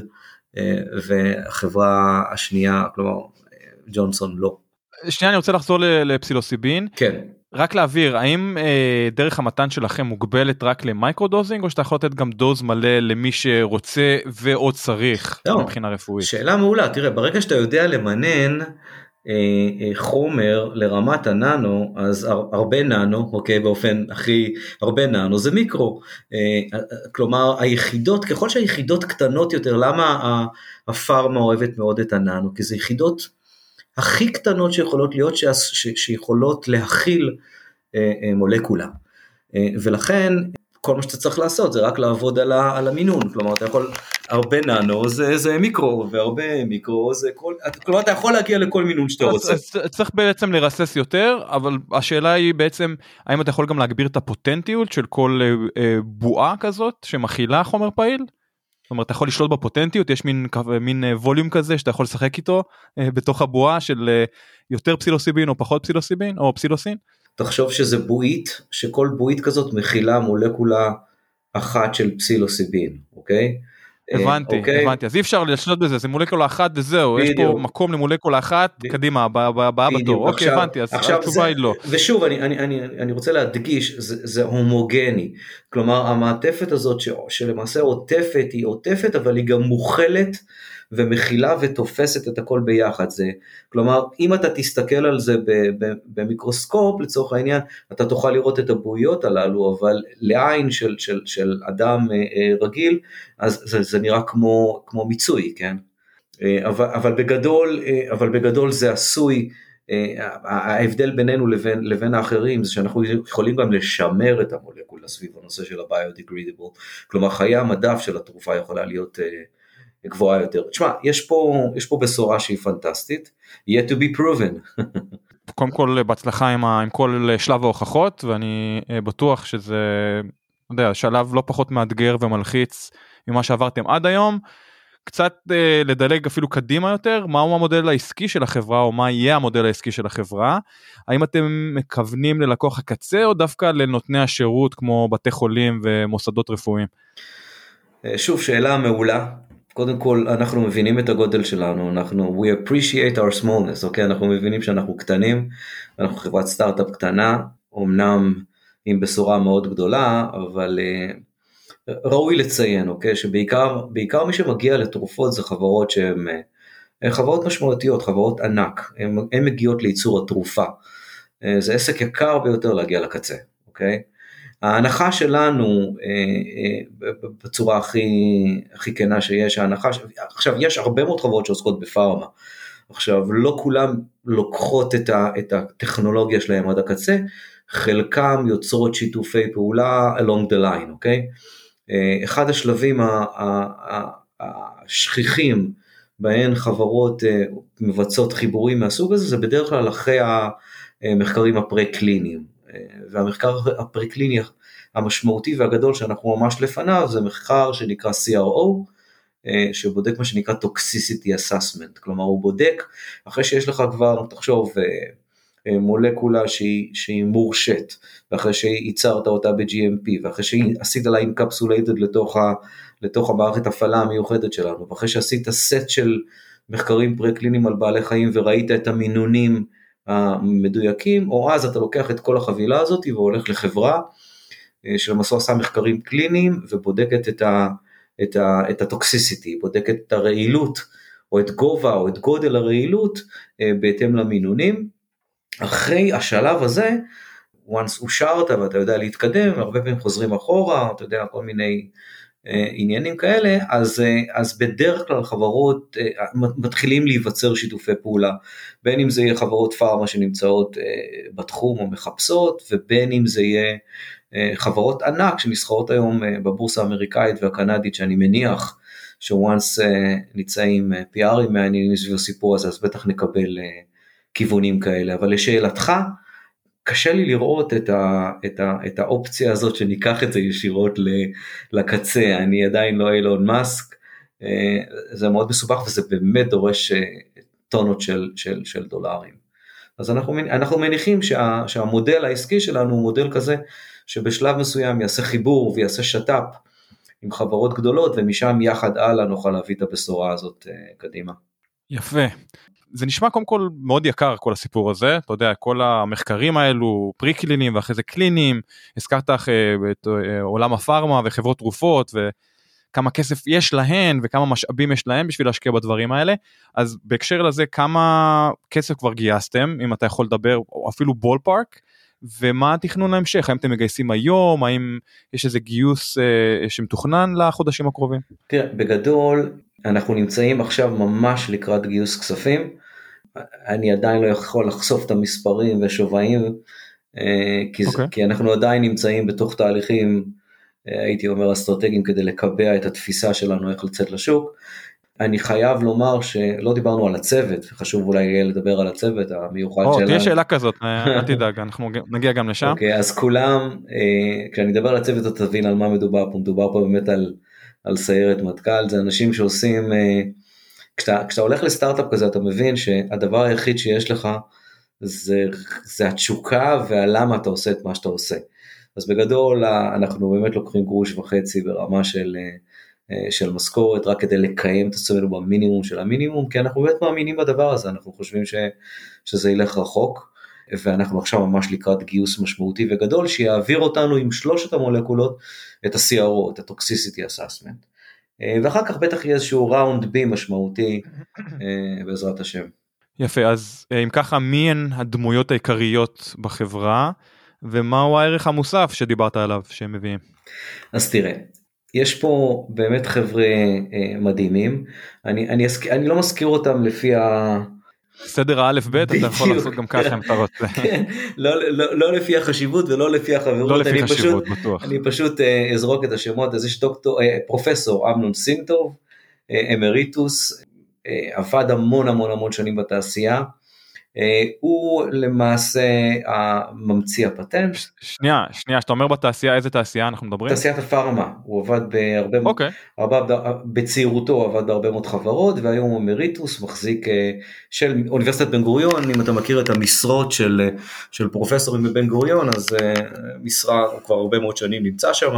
והחברה השנייה, כלומר ג'ונסון לא. שנייה, אני רוצה לחזור לפסילוסיבין. כן. רק להעביר, האם דרך המתן שלכם מוגבלת רק למייקרודוזינג, או שאתה יכול לתת גם דוז מלא למי שרוצה ועוד צריך מבחינה רפואית? שאלה מעולה, תראה, ברגע שאתה יודע למנן חומר לרמת הננו, אז הרבה ננו, אוקיי, באופן הכי, הרבה ננו זה מיקרו, כלומר היחידות, ככל שהיחידות קטנות יותר, למה הפארמה אוהבת מאוד את הננו? כי זה יחידות הכי קטנות שיכולות להיות, שיכולות להכיל מולקולה, ולכן כל מה שאתה צריך לעשות זה רק לעבוד על המינון, כלומר אתה יכול, הרבה ננו זה מיקרו, והרבה מיקרו זה כל, כלומר אתה יכול להגיע לכל מינון שאתה רוצה. צריך בעצם לרסס יותר, אבל השאלה היא בעצם, האם אתה יכול גם להגביר את הפוטנטיות של כל בועה כזאת, שמכילה חומר פעיל? זאת אומרת, אתה יכול לשלוט בפוטנטיות, יש מין ווליום כזה, שאתה יכול לשחק איתו, בתוך הבועה של יותר פסילוסיבין, או פחות פסילוסיבין, או פסילוסין? תחשוב שזה בועית, שכל בועית כזאת מכילה מולקולה אחת של פסילוסיבין, אוקיי? הבנתי, אז אי אפשר לשלוט בזה, זה מולקולה אחת וזהו, יש פה מקום למולקולה אחת, קדימה, הבאה בתור, אוקיי, הבנתי, אז התשובה היא לא. ושוב, אני רוצה להדגיש, זה הומוגני, כלומר, המעטפת הזאת שלמעשה עוטפת, היא עוטפת, אבל היא גם מוכלת, ומכילה ותופסת את הכל ביחד, כלומר, אם אתה תסתכל על זה במיקרוסקופ, לצורך העניין, אתה תוכל לראות את הבועיות הללו, אבל לעין של אדם רגיל, אז זה נראה כמו מיצוי, כן? אבל בגדול זה עשוי, ההבדל בינינו לבין האחרים, זה שאנחנו יכולים גם לשמר את המולקולה סביב הנושא של הביודיגרדיבל, כלומר, חיי המדף של התרופה יכולה להיות גבוהה יותר. תשמע, יש פה בשורה שהיא פנטסטית, yet to be proven. קודם כל, בהצלחה עם כל שלב ההוכחות, ואני בטוח שזה, שלב לא פחות מאתגר ומלחיץ ממה שעברתם עד היום, קצת לדלג אפילו קדימה יותר, מהו המודל העסקי של החברה, או מה יהיה המודל העסקי של החברה, האם אתם מכוונים ללקוח הקצה, או דווקא לנותני השירות, כמו בתי חולים ומוסדות רפואיים? שוב, שאלה מעולה. קודם כל, אנחנו מבינים את הגודל שלנו, we appreciate our smallness, אוקיי? אנחנו מבינים שאנחנו קטנים, אנחנו חברת סטארט-אפ קטנה, אמנם עם בשורה מאוד גדולה, אבל ראוי לציין, אוקיי? שבעיקר מי שמגיע לתרופות זה חברות שהן חברות משמעותיות, חברות ענק, הן מגיעות לייצור התרופה, זה עסק יקר ביותר להגיע לקצה, אוקיי? ההנחה שלנו, בצורה הכי כנה שיש, עכשיו יש הרבה מאוד חברות שעוסקות בפארמה, עכשיו לא כולם לוקחות את הטכנולוגיה שלהם עד הקצה, חלקם יוצרות שיתופי פעולה along the line, אוקיי? אחד השלבים השכיחים, בהן חברות מבצעות חיבורים מהסוג הזה, זה בדרך כלל אחרי המחקרים הפרה-קליניים, והמחקר הפרה-קליני המשמעותי והגדול שאנחנו ממש לפניו, זה מחקר שנקרא CRO, שבודק מה שנקרא Toxicity Assessment, כלומר הוא בודק, אחרי שיש לך כבר, תחשוב, מולקולה שהיא מורשת, ואחרי שייצרת אותה ב-GMP, ואחרי שעשית לה אינקפסולייטד לתוך המערכת הפעלה המיוחדת שלנו, ואחרי שעשית סט של מחקרים פרה-קליניים על בעלי חיים, וראית את המינונים המדויקים, או אז אתה לוקח את כל החבילה הזאת, והולך לחברה, שלמעשה עושה מחקרים קליניים, ובודקת את הטוקסיסיטי, בודקת את הרעילות, או את גובה, או את גודל הרעילות, בהתאם למינונים. אחרי השלב הזה, once אושרת, ואתה יודע להתקדם, הרבה פעמים חוזרים אחורה, אתה יודע, כל מיני עניינים כאלה, אז בדרך כלל חברות מתחילים להיווצר שיתופי פעולה, בין אם זה יהיה חברות פארמה שנמצאות בתחום או מחפשות, ובין אם זה יהיה חברות ענק שנסחרות היום בבורסה האמריקאית והקנדית, שאני מניח שוואנס נמצאים PR'ים מעניינים סביב הסיפור הזה, אז בטח נקבל כיוונים כאלה. אבל לשאלתך, קשה לי לראות את האופציה הזאת שניקח את זה ישירות לקצה, אני עדיין לא אילון מאסק, זה מאוד מסובך וזה באמת דורש טונות של דולרים. אז אנחנו מניחים שהמודל העסקי שלנו הוא מודל כזה, שבשלב מסוים יעשה חיבור ויעשה שטאפ עם חברות גדולות, ומשם יחד הלאה נוכל להביא את הבשורה הזאת קדימה. יפה. זה נשמע קודם כל מאוד יקר כל הסיפור הזה, אתה יודע, כל המחקרים האלו, פרי-קליניים ואחרי זה קליניים, הזכרת את עולם הפארמה וחברות תרופות וכמה כסף יש להן וכמה משאבים יש להן בשביל להשקיע בדברים האלה, אז בהקשר לזה כמה כסף כבר גייסתם, אם אתה יכול לדבר, או אפילו בול פארק, ומה התכנון להמשך, האם אתם מגייסים היום, האם יש איזה גיוס שמתוכנן לחודשים הקרובים? תראה, בגדול אנחנו נמצאים עכשיו ממש לקראת גיוס כספים, אני עדיין לא יכול לחשוף את המספרים ושווים, כי אנחנו עדיין נמצאים בתוך תהליכים, הייתי אומר אסטרטגיים, כדי לקבע את התפיסה שלנו איך לצאת לשוק. אני חייב לומר שלא דיברנו על הצוות, וחשוב אולי יהיה לדבר על הצוות המיוחד שלנו. תהיה שאלה כזאת, אל תדאג, אנחנו נגיע גם לשם. אוקיי, אז כולם, כשאני אדבר על הצוות אתה תבין על מה מדובר פה, מדובר פה באמת על סיירת מטכ"ל, זה אנשים שעושים, כשאתה הולך לסטארט-אפ כזה אתה מבין שהדבר היחיד שיש לך זה התשוקה והלמה אתה עושה את מה שאתה עושה. אז בגדול אנחנו באמת לוקחים גרוש וחצי ברמה של משכורת, רק כדי לקיים את עצמנו במינימום של המינימום, כי אנחנו באמת מאמינים בדבר הזה, אנחנו חושבים שזה ילך רחוק, ואנחנו עכשיו ממש לקראת גיוס משמעותי וגדול, שיעביר אותנו עם 3 המולקולות, את ה-CRO, את ה-Toxicity Assessment, ואחר כך בטח יהיה איזשהו ראונד בי משמעותי, בעזרת השם. יפה, אז אם ככה, מי הן הדמויות העיקריות בחברה, ומהו הערך המוסף שדיברת עליו שהם מביאים? אז תראה, יש פה באמת חבר'ה מדהימים, אני לא מזכיר אותם לפי סדר האלף ב' אתה יכול לעשות גם ככה אם אתה רוצה. לא לפי החשיבות ולא לפי החברות, לא לפי חשיבות, בטוח. אני פשוט אזרוק את השמות, אז יש פרופסור אמנון סינטוב, אמריטוס, עבד המון שנים בתעשייה, הוא למעשה ממציא הפטנט. שנייה, שאתה אומר בתעשייה, איזה תעשייה אנחנו מדברים? תעשיית הפארמה, הוא עבד בצעירותו, הוא עבד בהרבה מאוד חברות, והיום הוא אמריטוס, מחזיק של אוניברסיטת בן גוריון, אם אתה מכיר את המשרות של פרופסורים בבן גוריון, אז משרה, הוא כבר הרבה מאוד שנים נמצא שם,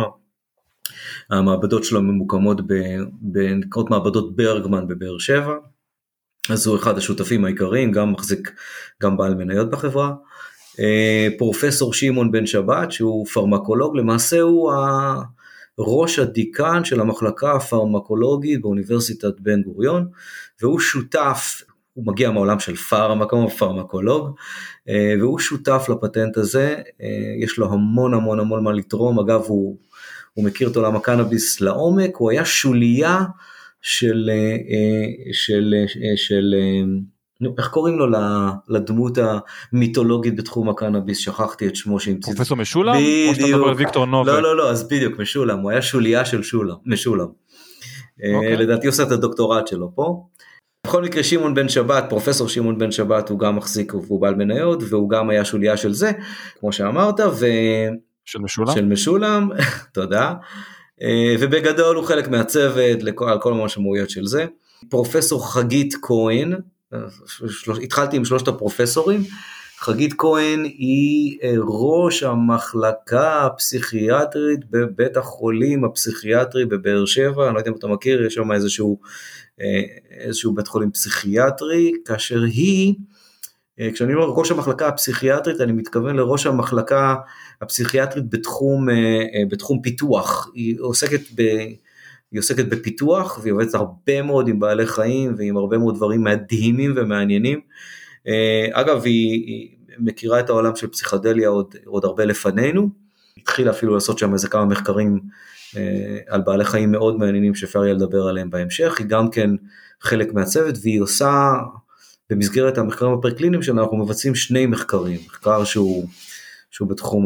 המעבדות שלו ממוקמות בנקראות מעבדות ברגמן בבאר שבע, אז הוא אחד השותפים העיקריים, גם מחזיק, גם בעל מניות בחברה. פרופסור שמעון בן שבת, שהוא פרמקולוג, למעשה הוא ראש הדיקן של המחלקה הפרמקולוגית באוניברסיטת בן גוריון, והוא שותף, הוא מגיע מהעולם של פארמה, פרמקולוג, והוא שותף לפטנט הזה, יש לו המון מה לתרום, אגב הוא מכיר את עולם הקנאביס לעומק, הוא היה שוליה, איך קוראים לו לדמות המיתולוגית בתחום הקנאביס, שכחתי את שמו שהמציא. פרופסור משולם? או שאתה מדבר על ויקטור נובל? לא, אז בדיוק, משולם, הוא היה שוליה של משולם. לדעתי עושה את הדוקטורט שלו פה. בכל מקרה שמעון בן שבת, פרופסור שמעון בן שבת, הוא גם מחזיק והוא בעל מניות, והוא גם היה שוליה של זה, כמו שאמרת, של משולם, תודה. ובגדול הוא חלק מהצוות על כל המשמעויות של זה. פרופסור חגית כהן, התחלתי עם 3 הפרופסורים, חגית כהן היא ראש המחלקה הפסיכיאטרית בבית החולים הפסיכיאטרי בבאר שבע, אני לא יודע אם אתה מכיר, יש שם איזשהו בית חולים פסיכיאטרי, כאשר היא, כשאני אומר ראש המחלקה הפסיכיאטרית, אני מתכוון לראש המחלקה הפסיכיאטרית בתחום פיתוח, היא עוסקת בפיתוח, והיא עובדת הרבה מאוד עם בעלי חיים, ועם הרבה מאוד דברים מדהימים ומעניינים, אגב היא מכירה את העולם של פסיכדליה עוד הרבה לפנינו, התחילה אפילו לעשות שם איזה כמה מחקרים על בעלי חיים מאוד מעניינים, שאפשר יהיה לדבר עליהם בהמשך, היא גם כן חלק מהצוות, והיא עושה, במסגרת המחקרים הפרקליניים שלנו, אנחנו מבצעים 2 מחקרים, מחקר שהוא בתחום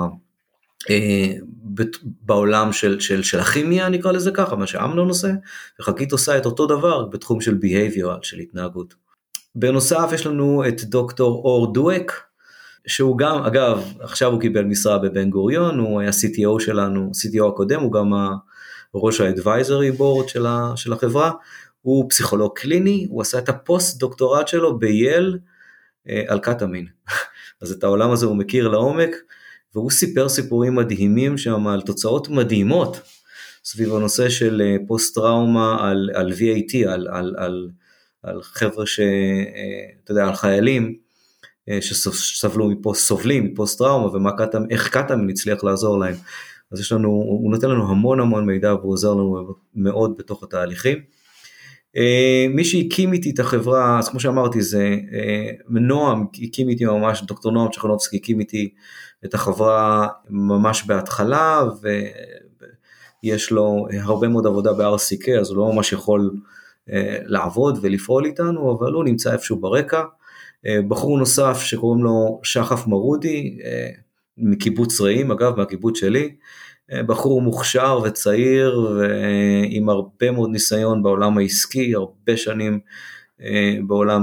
בעולם של הכימיה, נקרא לזה ככה, מה שאמנון עושה, וחגית עושה את אותו דבר בתחום של behavioral, של התנהגות. בנוסף יש לנו את דוקטור אור דואק, שהוא גם, אגב, עכשיו הוא קיבל משרה בבן גוריון, הוא היה CTO שלנו, CTO הקודם, הוא גם ראש ה-advisory board של החברה, הוא פסיכולוג קליני, הוא עשה את הפוסט דוקטורט שלו בייל על קטמין. אז את העולם הזה הוא מכיר לעומק, והוא סיפר סיפורים מדהימים שם על תוצאות מדהימות, סביב הנושא של פוסט טראומה על VAT, על חבר'ה אתה יודע, על חיילים שסבלו סובלים מפוסט טראומה, איך קטאמין הצליח לעזור להם. אז הוא נותן לנו המון מידע, והוא עוזר לנו מאוד בתוך התהליכים. מי שהקים איתי את החברה, אז כמו שאמרתי, זה נועם, הקים איתי ממש, דוקטור נועם צ'חנובסקי הקים איתי את החברה ממש בהתחלה, ויש לו הרבה מאוד עבודה ב-RCK, אז הוא לא ממש יכול לעבוד ולפעול איתנו, אבל הוא נמצא איפשהו ברקע. בחור נוסף שקוראים לו שחף מרודי, מקיבוץ רעים, אגב, מהקיבוץ שלי, בחור מוכשר וצעיר, ועם הרבה מאוד ניסיון בעולם העסקי, הרבה שנים בעולם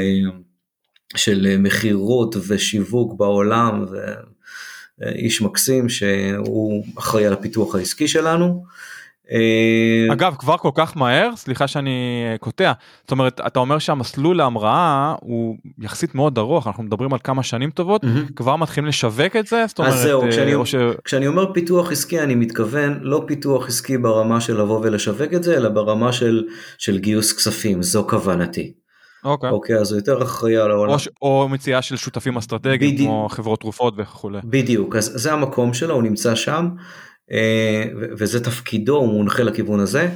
של מחירות ושיווק בעולם, ואיש מקסים שהוא אחראי על הפיתוח העסקי שלנו. אגב, כבר כל כך מהר, סליחה שאני קוטע, זאת אומרת, אתה אומר שהמסלול להמראה הוא יחסית מאוד ארוך, אנחנו מדברים על כמה שנים טובות, כבר מתחילים לשווק את זה? אז זהו, כשאני אומר פיתוח עסקי, אני מתכוון לא פיתוח עסקי ברמה של לבוא ולשווק את זה, אלא ברמה של גיוס כספים, זו כוונתי. אוקיי, אז הוא יותר אחראי על העולם. או מציאה של שותפים אסטרטגיים, כמו חברות תרופות וכו'. בדיוק, אז זה המקום שלו, הוא נמצא שם, וזה תפקידו, הוא מונחה לכיוון הזה.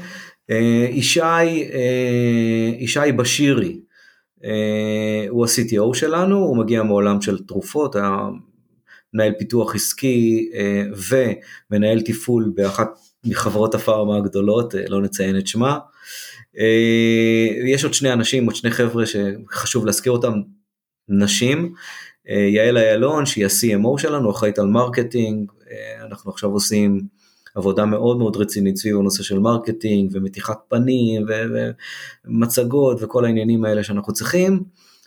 ישי בשירי, הוא ה-CTO שלנו, הוא מגיע מעולם של תרופות, מנהל פיתוח עסקי ומנהל תפעול באחת מחברות הפארמה הגדולות, לא נציין את שמה. יש עוד שני אנשים, עוד שני חבר'ה שחשוב להזכיר אותם, נשים, יעל איילון שהיא ה-CMO שלנו, אחראית על מרקטינג, אנחנו עכשיו עושים עבודה מאוד מאוד רצינית סביב הנושא של מרקטינג ומתיחת פנים ומצגות וכל העניינים האלה שאנחנו צריכים,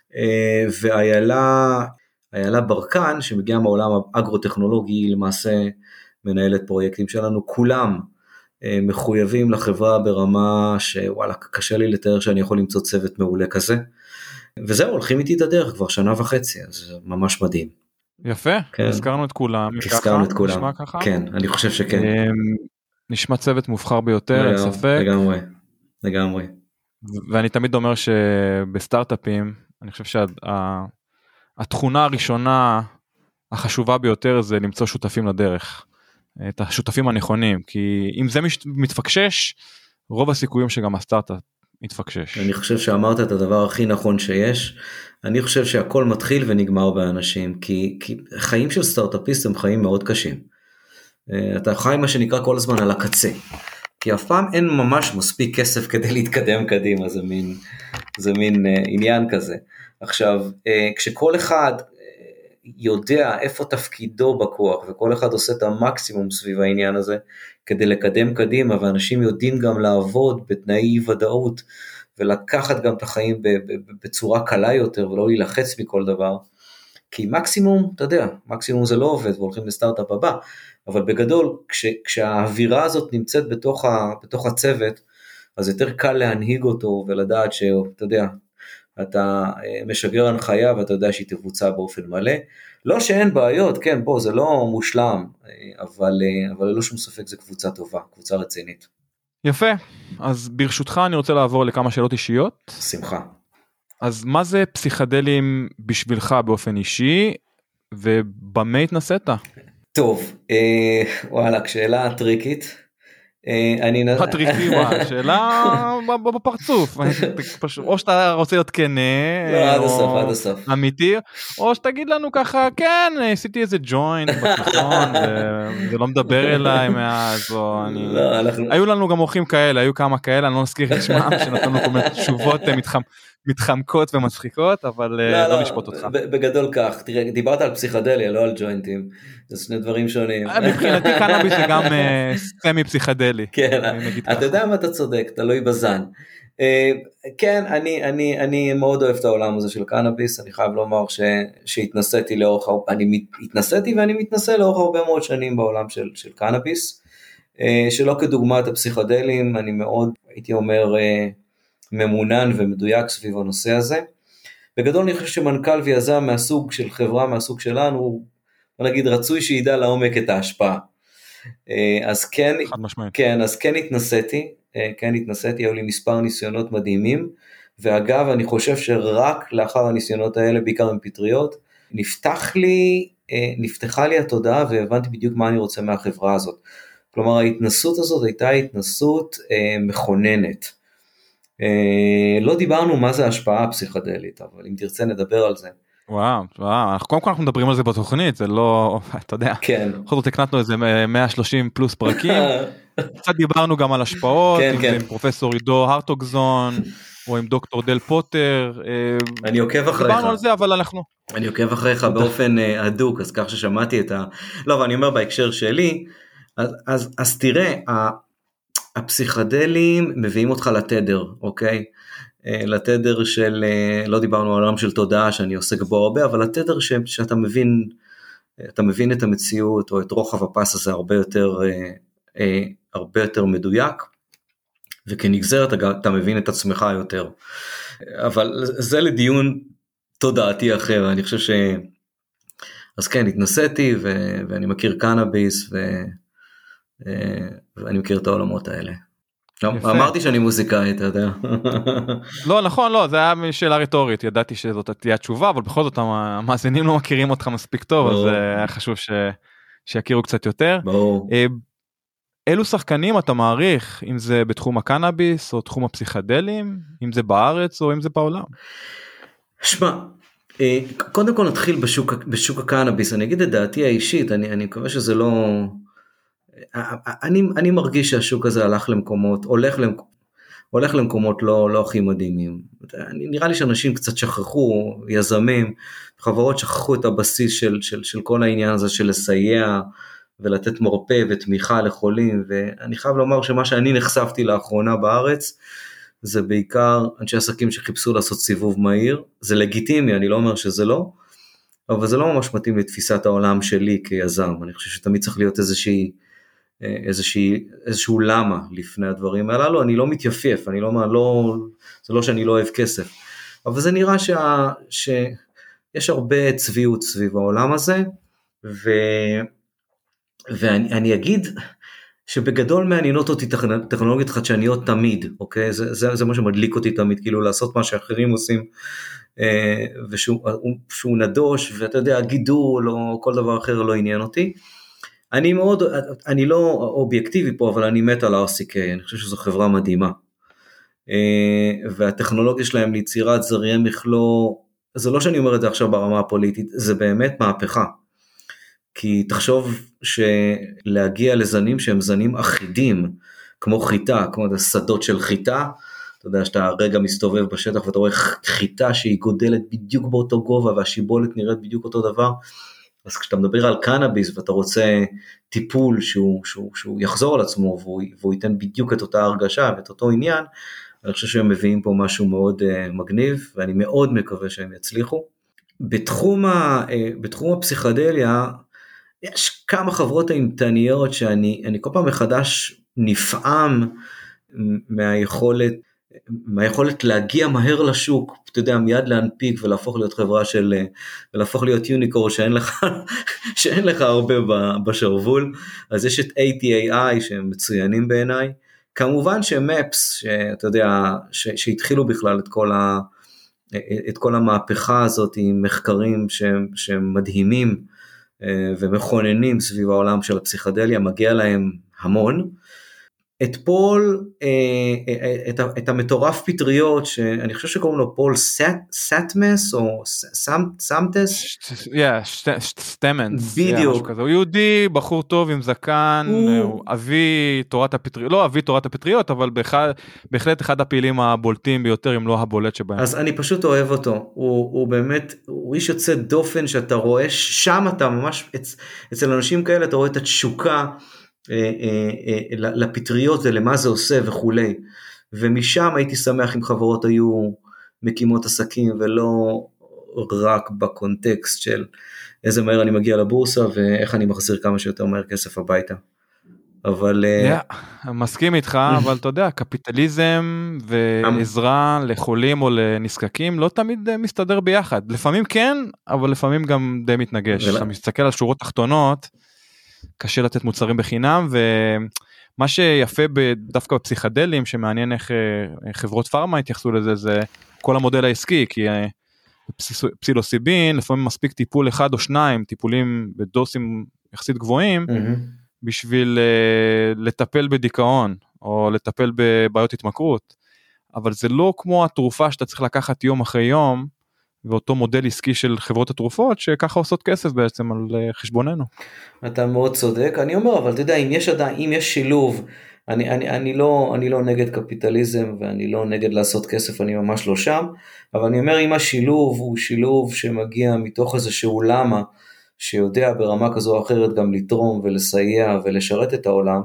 ואיילה ברקן שמגיעה מהעולם האגרוטכנולוגי, למעשה מנהלת פרויקטים שלנו, כולם מחויבים לחברה ברמה שוואלה קשה לי לתאר שאני יכול למצוא צוות מעולה כזה, וזהו, הולכים איתי את הדרך כבר 1.5 שנה, אז זה ממש מדהים. יפה, כן. הזכרנו את כולם. הזכרנו את כולם, כן, אני חושב שכן. נשמע צוות מובחר ביותר, אין ספק. לגמרי. ואני תמיד אומר שבסטארט-אפים, אני חושב שהתכונה הראשונה החשובה ביותר זה למצוא שותפים לדרך. את השותפים הנכונים, כי אם זה מתפקשש, רוב הסיכויים שגם הסטארט-אפ מתפקשש. אני חושב שאמרת את הדבר הכי נכון שיש, אני חושב שהכל מתחיל ונגמר באנשים, כי חיים של סטארט-אפיסט הם חיים מאוד קשים. אתה חי מה שנקרא כל הזמן על הקצה, כי אף פעם אין ממש מספיק כסף כדי להתקדם קדימה, זה מין עניין כזה. עכשיו, כשכל אחד יודע איפה תפקידו בכוח, וכל אחד עושה את המקסימום סביב העניין הזה, כדי לקדם קדימה, ואנשים יודעים גם לעבוד בתנאי ודאות, ולקחת גם את החיים בצורה קלה יותר, ולא להילחץ מכל דבר, כי מקסימום, אתה יודע, מקסימום זה לא עובד, והולכים לסטארט-אפ הבא, אבל בגדול, כשהאווירה הזאת נמצאת בתוך הצוות, אז יותר קל להנהיג אותו, ולדעת שאתה יודע, אתה משגר הנחיה, ואתה יודע שהיא תבוצע באופן מלא, לא שאין בעיות, כן, בוא, זה לא מושלם, אבל לא שום ספק, זה קבוצה טובה, קבוצה רצינית. יפה, אז ברשותך אני רוצה לעבור לכמה שאלות אישיות. שמחה. אז מה זה פסיכדלים בשבילך באופן אישי, ובמה התנסית? טוב, וואלה, שאלה טריקית. הטריקי, שאלה בפרצוף, או שאתה רוצה להיות כנה, עד הסוף, אמיתי, או שתגיד לנו ככה, כן, עשיתי איזה ג'וינט בתחתון, זה לא מדבר אליי מאז, היו לנו גם אורחים כאלה, היו כמה כאלה, אני לא נזכיר את שמם, שנתנו כל מיני תשובות מתחמקות ומצחיקות, אבל לא נשפוט אותך. בגדול כך, תראה, דיברת על פסיכדליה, לא על ג'וינטים, זה שני דברים שונים. מבחינתי קנאביס זה גם סמי פסיכדלי. כן, אתה יודע מה אתה צודק, תלוי בזן. כן, אני מאוד אוהב את העולם הזה של קנאביס, אני חייב לומר שהתנסיתי ואני מתנסה לאורך הרבה מאוד שנים בעולם של קנאביס, שלא כדוגמת הפסיכדלים, אני מאוד, הייתי אומר, ממונן ומדויק סביב הנושא הזה. בגדול אני חושב שמנכ"ל ויזם מהסוג של חברה, מהסוג שלנו, נגיד רצוי שידע לעומק את ההשפעה. אז כן התנסיתי, היו לי מספר ניסיונות מדהימים, ואגב, אני חושב שרק לאחר הניסיונות האלה, בעיקר עם פטריות, נפתחה לי התודעה, והבנתי בדיוק מה אני רוצה מהחברה הזאת. כלומר, ההתנסות הזאת הייתה התנסות מכוננת. לא דיברנו מה זה השפעה פסיכדלית, אבל אם תרצה נדבר על זה. וואו, קודם כל אנחנו מדברים על זה בתוכנית, זה לא, אתה יודע, בכל זאת הקנתנו איזה 130 פלוס פרקים, קצת דיברנו גם על השפעות, אם זה עם פרופסור עידו הרטוגזון, או עם דוקטור דל פוטר, אני עוקב אחריך. דיברנו על זה, אבל אנחנו... אני עוקב אחריך באופן הדוק, אז כך ששמעתי את לא, אבל אני אומר בהקשר שלי, אז תראה, הפסיכדלים מביאים אותך לתדר, אוקיי? לתדר של, לא דיברנו על עולם של תודעה שאני עוסק בו הרבה, אבל לתדר שאתה מבין את המציאות, או את רוחב הפס הזה הרבה יותר מדויק, וכנגזרת אתה מבין את עצמך יותר. אבל זה לדיון תודעתי אחר, אני חושב אז כן, התנסיתי, ואני מכיר קנאביס, ואני מכיר את העולמות האלה. אמרתי שאני מוזיקאי, אתה יודע. לא, נכון, לא, זה היה שאלה רטורית, ידעתי שזאת תהיה התשובה, אבל בכל זאת המאזינים לא מכירים אותך מספיק טוב, אז היה חשוב שיכירו קצת יותר. אילו שחקנים אתה מעריך, אם זה בתחום הקנאביס, או תחום הפסיכדלים, אם זה בארץ, או אם זה בעולם? שמע, קודם כל נתחיל בשוק הקנאביס, אני אגיד את דעתי האישית, אני מקווה שזה לא... אני מרגיש שהשוק הזה הולך למקומות לא הכי מדהימים. נראה לי שאנשים קצת שכחו, יזמים, חברות שכחו את הבסיס של כל העניין הזה של לסייע ולתת מרפא ותמיכה לחולים, ואני חייב לומר שמה שאני נחשפתי לאחרונה בארץ, זה בעיקר אנשי עסקים שחיפשו לעשות סיבוב מהיר, זה לגיטימי, אני לא אומר שזה לא, אבל זה לא ממש מתאים לתפיסת העולם שלי כיזם, אני חושב שתמיד צריך להיות איזשהו למה לפני הדברים הללו, אני לא מתייפייף, זה לא שאני לא אוהב כסף, אבל זה נראה שיש הרבה צביעות סביב העולם הזה, ואני אגיד שבגדול מעניינות אותי טכנולוגיות חדשניות תמיד, אוקיי? זה מה שמדליק אותי תמיד, כאילו לעשות מה שאחרים עושים, ושהוא נדוש, ואתה יודע, גידול או כל דבר אחר לא עניין אותי. אני לא אובייקטיבי פה, אבל אני מת על RCK, אני חושב שזו חברה מדהימה. והטכנולוגיה שלהם ליצירת זרעי מכלוא, זה לא שאני אומר את זה עכשיו ברמה הפוליטית, זה באמת מהפכה. כי תחשוב שלהגיע לזנים שהם זנים אחידים, כמו חיטה, כמו השדות של חיטה, אתה יודע שאתה רגע מסתובב בשטח ואתה רואה חיטה שהיא גודלת בדיוק באותו גובה, והשיבולת נראית בדיוק אותו דבר, אז כשאתה מדבר על קנאביס ואתה רוצה טיפול שהוא יחזור על עצמו, והוא ייתן בדיוק את אותה הרגשה ואת אותו עניין, אני חושב שהם מביאים פה משהו מאוד מגניב, ואני מאוד מקווה שהם יצליחו. בתחום הפסיכדליה, יש כמה חברות אימתניות שאני כל פעם מחדש נפעם מהיכולת להגיע מהר לשוק, אתה יודע, מיד להנפיק ולהפוך להיות חברה ולהפוך להיות יוניקור שאין לך הרבה בשרוול. אז יש את ATAI שהם מצוינים בעיניי, כמובן שמפס, שאתה יודע, שהתחילו בכלל את כל המהפכה הזאת עם מחקרים שהם מדהימים, ומכוננים סביב העולם של הפסיכדליה, מגיע להם המון. את פול, את המטורף פטריות, שאני חושב שקוראים לו פול סטמס, או סמטס? סטמנס. בדיוק. הוא יהודי, בחור טוב עם זקן, הוא אבי תורת הפטריות, לא אבי תורת הפטריות, אבל בהחלט אחד הפעילים הבולטים ביותר, אם לא הבולט שבהם. אז אני פשוט אוהב אותו, הוא באמת, הוא איש יוצא דופן, שאתה רואה שם, אתה ממש, אצל אנשים כאלה, אתה רואה את התשוקה, לפטריות ולמה זה עושה וכולי, ומשם הייתי שמח אם חברות היו מקימות עסקים, ולא רק בקונטקסט של איזה מהר אני מגיע לבורסה, ואיך אני מחזיר כמה שיותר מהר כסף הביתה. אבל... מסכים איתך, אבל אתה יודע, קפיטליזם ועזרה לחולים או לנזקקים, לא תמיד מסתדר ביחד. לפעמים כן, אבל לפעמים גם די מתנגש. אתה מסתכל על שורות תחתונות, קשה לתת מוצרים בחינם, מה שיפה דווקא בפסיכדלים, שמעניין איך חברות פארמה התייחסו לזה, זה כל המודל העסקי, כי פסילוסיבין, לפעמים מספיק טיפול אחד או שניים, טיפולים בדוסים יחסית גבוהים, בשביל לטפל בדיכאון, או לטפל בבעיות התמכרות, אבל זה לא כמו התרופה שאתה צריך לקחת יום אחרי יום, ואותו מודל עסקי של חברות התרופות, שככה עושות כסף בעצם על חשבוננו. אתה מאוד צודק, אני אומר, אבל אתה יודע, אם יש שילוב, אני לא נגד קפיטליזם, ואני לא נגד לעשות כסף, אני ממש לא שם, אבל אני אומר, אם השילוב הוא שילוב שמגיע מתוך איזשהו למה, שיודע ברמה כזו או אחרת גם לתרום ולסייע ולשרת את העולם,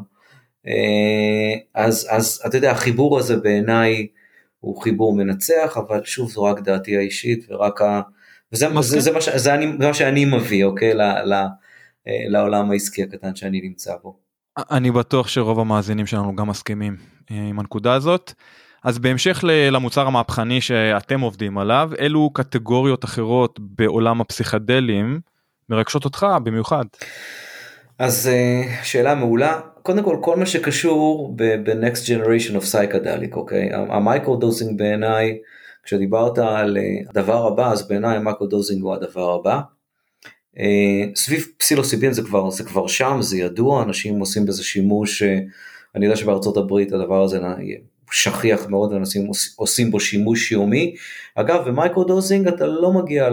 אז אתה יודע, החיבור הזה בעיניי הוא חיבור מנצח, אבל שוב זו רק דעתי האישית, וזה מה שאני מביא, אוקיי, לעולם העסקי הקטן שאני נמצא בו. אני בטוח שרוב המאזינים שלנו גם מסכימים עם הנקודה הזאת. אז בהמשך למוצר המהפכני שאתם עובדים עליו, אילו קטגוריות אחרות בעולם הפסיכדלים מרגשות אותך במיוחד? אז שאלה מעולה. קודם כל מה שקשור ב-next generation of psychedelic, אוקיי? המייקרודוסינג בעיניי, כשדיברת על הדבר הבא, אז בעיניי המייקרודוסינג הוא הדבר הבא. סביב פסילוסיבין זה כבר שם, זה ידוע, אנשים עושים בזה שימוש, אני יודע שבארצות הברית הדבר הזה שכיח מאוד, ואנשים עושים בו שימוש יומי. אגב, במייקרודוסינג אתה לא מגיע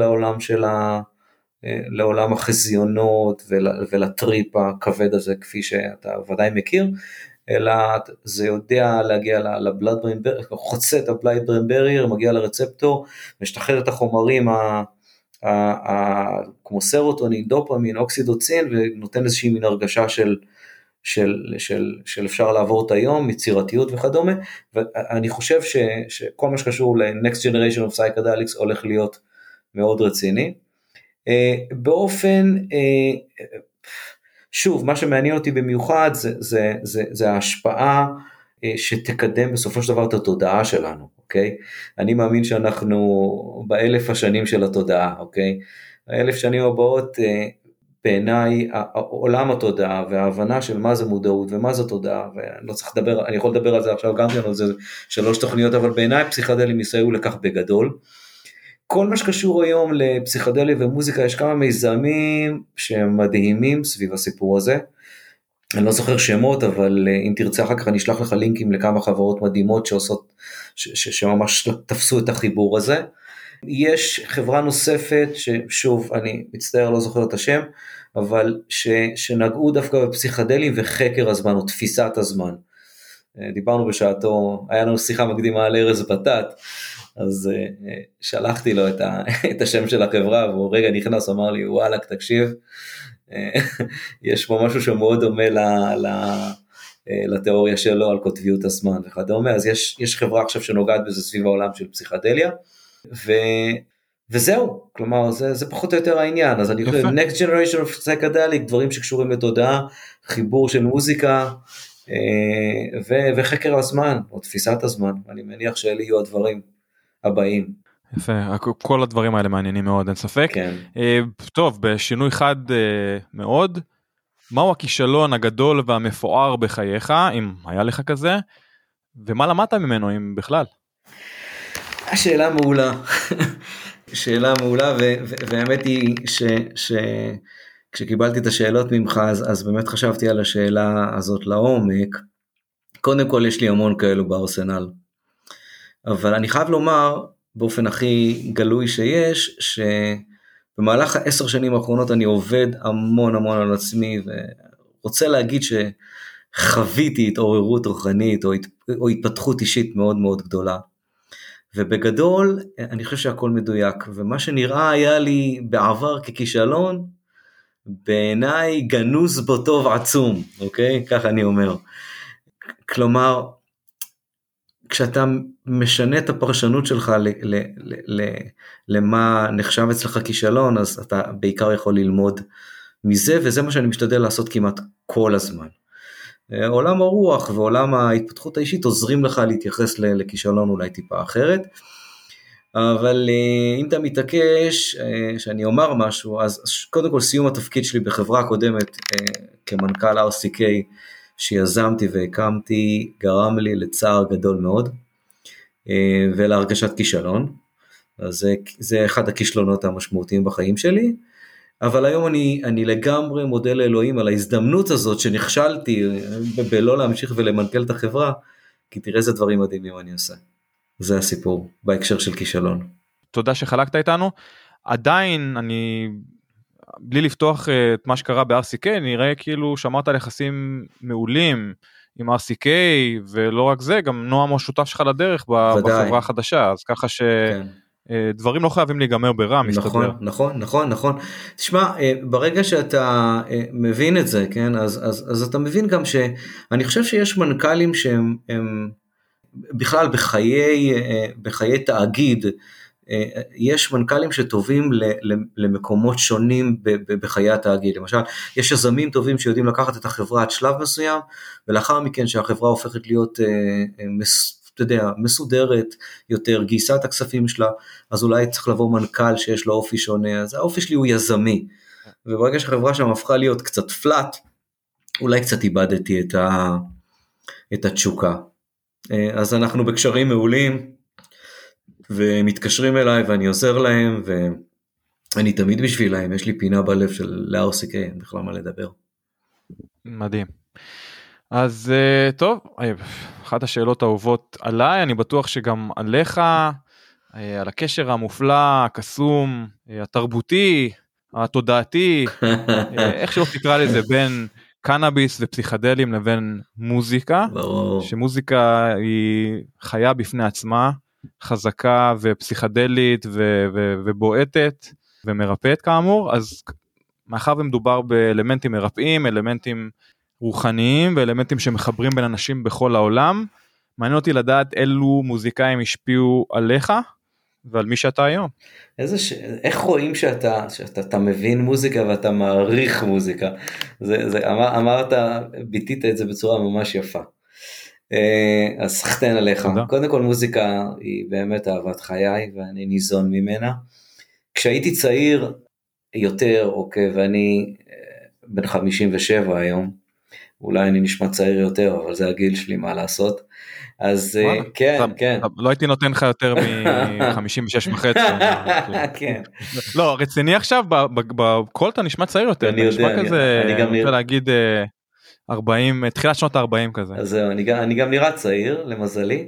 לעולם החזיונות ולטריפ הכבד הזה, כפי שאתה ודאי מכיר, אלא זה יודע להגיע לבלאד בריין ברייר, חוצה את הבלאד בריין ברייר, מגיע לרצפטור, משתחרר את החומרים כמו סרוטונין, דופמין, אוקסיטוצין, ונותן איזושהי מין הרגשה של אפשר לעבור את היום, יצירתיות וכדומה, ואני חושב שכל מה שקשור ל-next generation of psychedelics הולך להיות מאוד רציני. באופן, שוב, מה שמעניין אותי במיוחד זה ההשפעה שתקדם בסופו של דבר את התודעה שלנו, אוקיי? אני מאמין שאנחנו ב1000 השנים של התודעה, אוקיי? 1000 שנים הבאות, בעיניי, עולם התודעה וההבנה של מה זה מודעות ומה זה תודעה, ואני לא צריך לדבר, אני יכול לדבר על זה עכשיו גם כן, על זה 3 תוכניות, אבל בעיניי פסיכדלים יסייעו לכך בגדול. כל מה שקשור היום לפסיכדלי ומוזיקה, יש כמה מיזמים שהם מדהימים סביב הסיפור הזה, אני לא זוכר שמות, אבל אם תרצה אחר כך אני אשלח לך לינקים לכמה חברות מדהימות שעושות, שממש תפסו את החיבור הזה. יש חברה נוספת, ששוב אני מצטער לא זוכר את השם, אבל שנגעו דווקא בפסיכדלים וחקר הזמן, או תפיסת הזמן. דיברנו בשעתו, היה לנו שיחה מקדימה על ארז בטט, אז שלחתי לו את השם של החברה, והוא רגע נכנס, אמר לי, וואלה, תקשיב, יש פה משהו שמאוד דומה לתיאוריה שלו, על קוטביות הזמן וכדומה, אז יש חברה עכשיו שנוגעת בזה סביב העולם של פסיכדליה, וזהו, כלומר, זה פחות או יותר העניין, אז אני חושב, next generation of psychedelic, דברים שקשורים לתודעה, חיבור של מוזיקה, וחקר הזמן, או תפיסת הזמן, אני מניח שאלה יהיו הדברים הבאים. יפה, כל הדברים האלה מעניינים מאוד, אין ספק. כן. טוב, בשינוי חד מאוד, מהו הכישלון הגדול והמפואר בחייך, אם היה לך כזה, ומה למדת ממנו, אם בכלל? השאלה מעולה, שאלה מעולה, והאמת היא כשקיבלתי את השאלות ממך, אז באמת חשבתי על השאלה הזאת לעומק. קודם כל יש לי המון כאלו בארסנל, אבל אני חייב לומר, באופן הכי גלוי שיש, שבמהלך 10 שנים האחרונות אני עובד המון המון על עצמי, ורוצה להגיד שחוויתי התעוררות רוחנית, או התפתחות אישית מאוד מאוד גדולה. ובגדול, אני חושב שהכל מדויק, ומה שנראה היה לי בעבר ככישלון, בעיניי גנוז בו טוב עצום, אוקיי? כך אני אומר. כלומר, כשאתה משנה את הפרשנות שלך למה נחשב אצלך כישלון, אז אתה בעיקר יכול ללמוד מזה, וזה מה שאני משתדל לעשות כמעט כל הזמן. עולם הרוח ועולם ההתפתחות האישית עוזרים לך להתייחס לכישלון אולי טיפה אחרת, אבל אם אתה מתעקש שאני אומר משהו, אז קודם כל סיום התפקיד שלי בחברה הקודמת כמנכ"ל RCK, שיזמתי והקמתי גרם לי לצער גדול מאוד, ולהרגשת כישלון. אז זה אחד הכישלונות המשמעותיים בחיים שלי, אבל היום אני לגמרי מודה לאלוהים על ההזדמנות הזאת שנכשלתי בלא להמשיך ולמנכ"ל את החברה, כי תראה איזה דברים מדהימים אני עושה. זה הסיפור בהקשר של כישלון. תודה שחלקת איתנו. עדיין אני, בלי לפתוח את מה שקרה ב-RCK, נראה כאילו שמרת על יחסים מעולים עם RCK, ולא רק זה, גם נועם הוא שותף שלך לדרך בחברה החדשה, אז ככה שדברים לא חייבים להיגמר ברע, מסתבר. נכון. תשמע, ברגע שאתה מבין את זה, כן, אז אתה מבין גם שאני חושב שיש מנכ"לים שהם בכלל בחיי תאגיד, יש מנכ"לים שטובים למקומות שונים בחיי התאגיד. למשל, יש יזמים טובים שיודעים לקחת את החברה עד שלב מסוים, ולאחר מכן שהחברה הופכת להיות, אתה יודע, מסודרת יותר, גייסה את הכספים שלה, אז אולי צריך לבוא מנכ"ל שיש לו אופי שונה, אז האופי שלי הוא יזמי, וברגע שהחברה שם הפכה להיות קצת פלט, אולי קצת איבדתי את התשוקה. אז אנחנו בקשרים מעולים, ומתקשרים אליי ואני עוזר להם, ואני תמיד בשבילהם, יש לי פינה בלב של ל-RCK, אין בכלל מה לדבר. מדהים. אז טוב, אחת השאלות האהובות עליי, אני בטוח שגם עליך, על הקשר המופלא, הקסום, התרבותי, התודעתי, איך שלא תקרא לזה, בין קנאביס ופסיכדלים לבין מוזיקה, ברור. שמוזיקה היא חיה בפני עצמה, חזקה ופסיכדלית ובועטת ומרפאת כאמור, אז מאחר ומדובר באלמנטים מרפאים, אלמנטים רוחניים ואלמנטים שמחברים בין אנשים בכל העולם, מעניין אותי לדעת אילו מוזיקאים השפיעו עליך ועל מי שאתה היום. איך רואים שאתה מבין מוזיקה ואתה מעריך מוזיקה? אמרת, ביטית את זה בצורה ממש יפה. אז סחתן עליך. קודם כל מוזיקה היא באמת אהבת חיי ואני ניזון ממנה. כשהייתי צעיר יותר, אוקיי, ואני בן 57 היום, אולי אני נשמע צעיר יותר, אבל זה הגיל שלי, מה לעשות? אז כן. לא הייתי נותן לך יותר מ-56 וחצי. כן. לא, רציני עכשיו, בכל אתה נשמע צעיר יותר. אני יודע. אני רוצה להגיד 40, תחילת שנות ה-40 כזה. אז זהו, אני גם נראה צעיר, למזלי.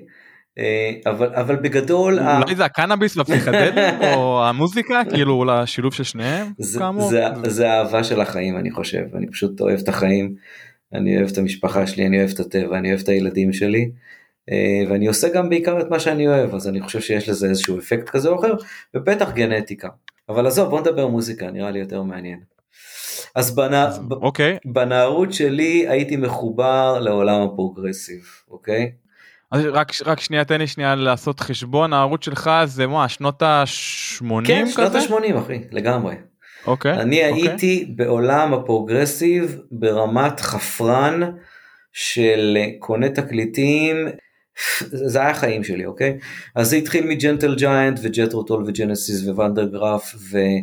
אבל בגדול אולי זה הקנאביס והפסיכדלים או המוזיקה, כאילו לשילוב של שניהם כאמור. זה האהבה של החיים, אני חושב. אני פשוט אוהב את החיים, אני אוהב את המשפחה שלי, אני אוהב את הטבע, אני אוהב את הילדים שלי, ואני עושה גם בעיקר את מה שאני אוהב, אז אני חושב שיש לזה איזשהו אפקט כזה או אחר, ובטח גנטיקה. אבל עזוב, בוא נדבר מוזיקה, נראה לי יותר מעניין. אז בנערות שלי הייתי מחובר לעולם הפרוגרסיב, אוקיי? אז רק שנייה, תן לי שנייה לעשות חשבון, הערוץ שלך זה מה, שנות ה-80 כזה? כן, שנות ה-80 אחי, לגמרי. אוקיי. אני הייתי בעולם הפרוגרסיב ברמת חפרן של קונה תקליטים, זה היה החיים שלי, אוקיי? אז זה התחיל מג'נטל ג'יינט וג'ת'רו טול וג'נסיס וונדרגראף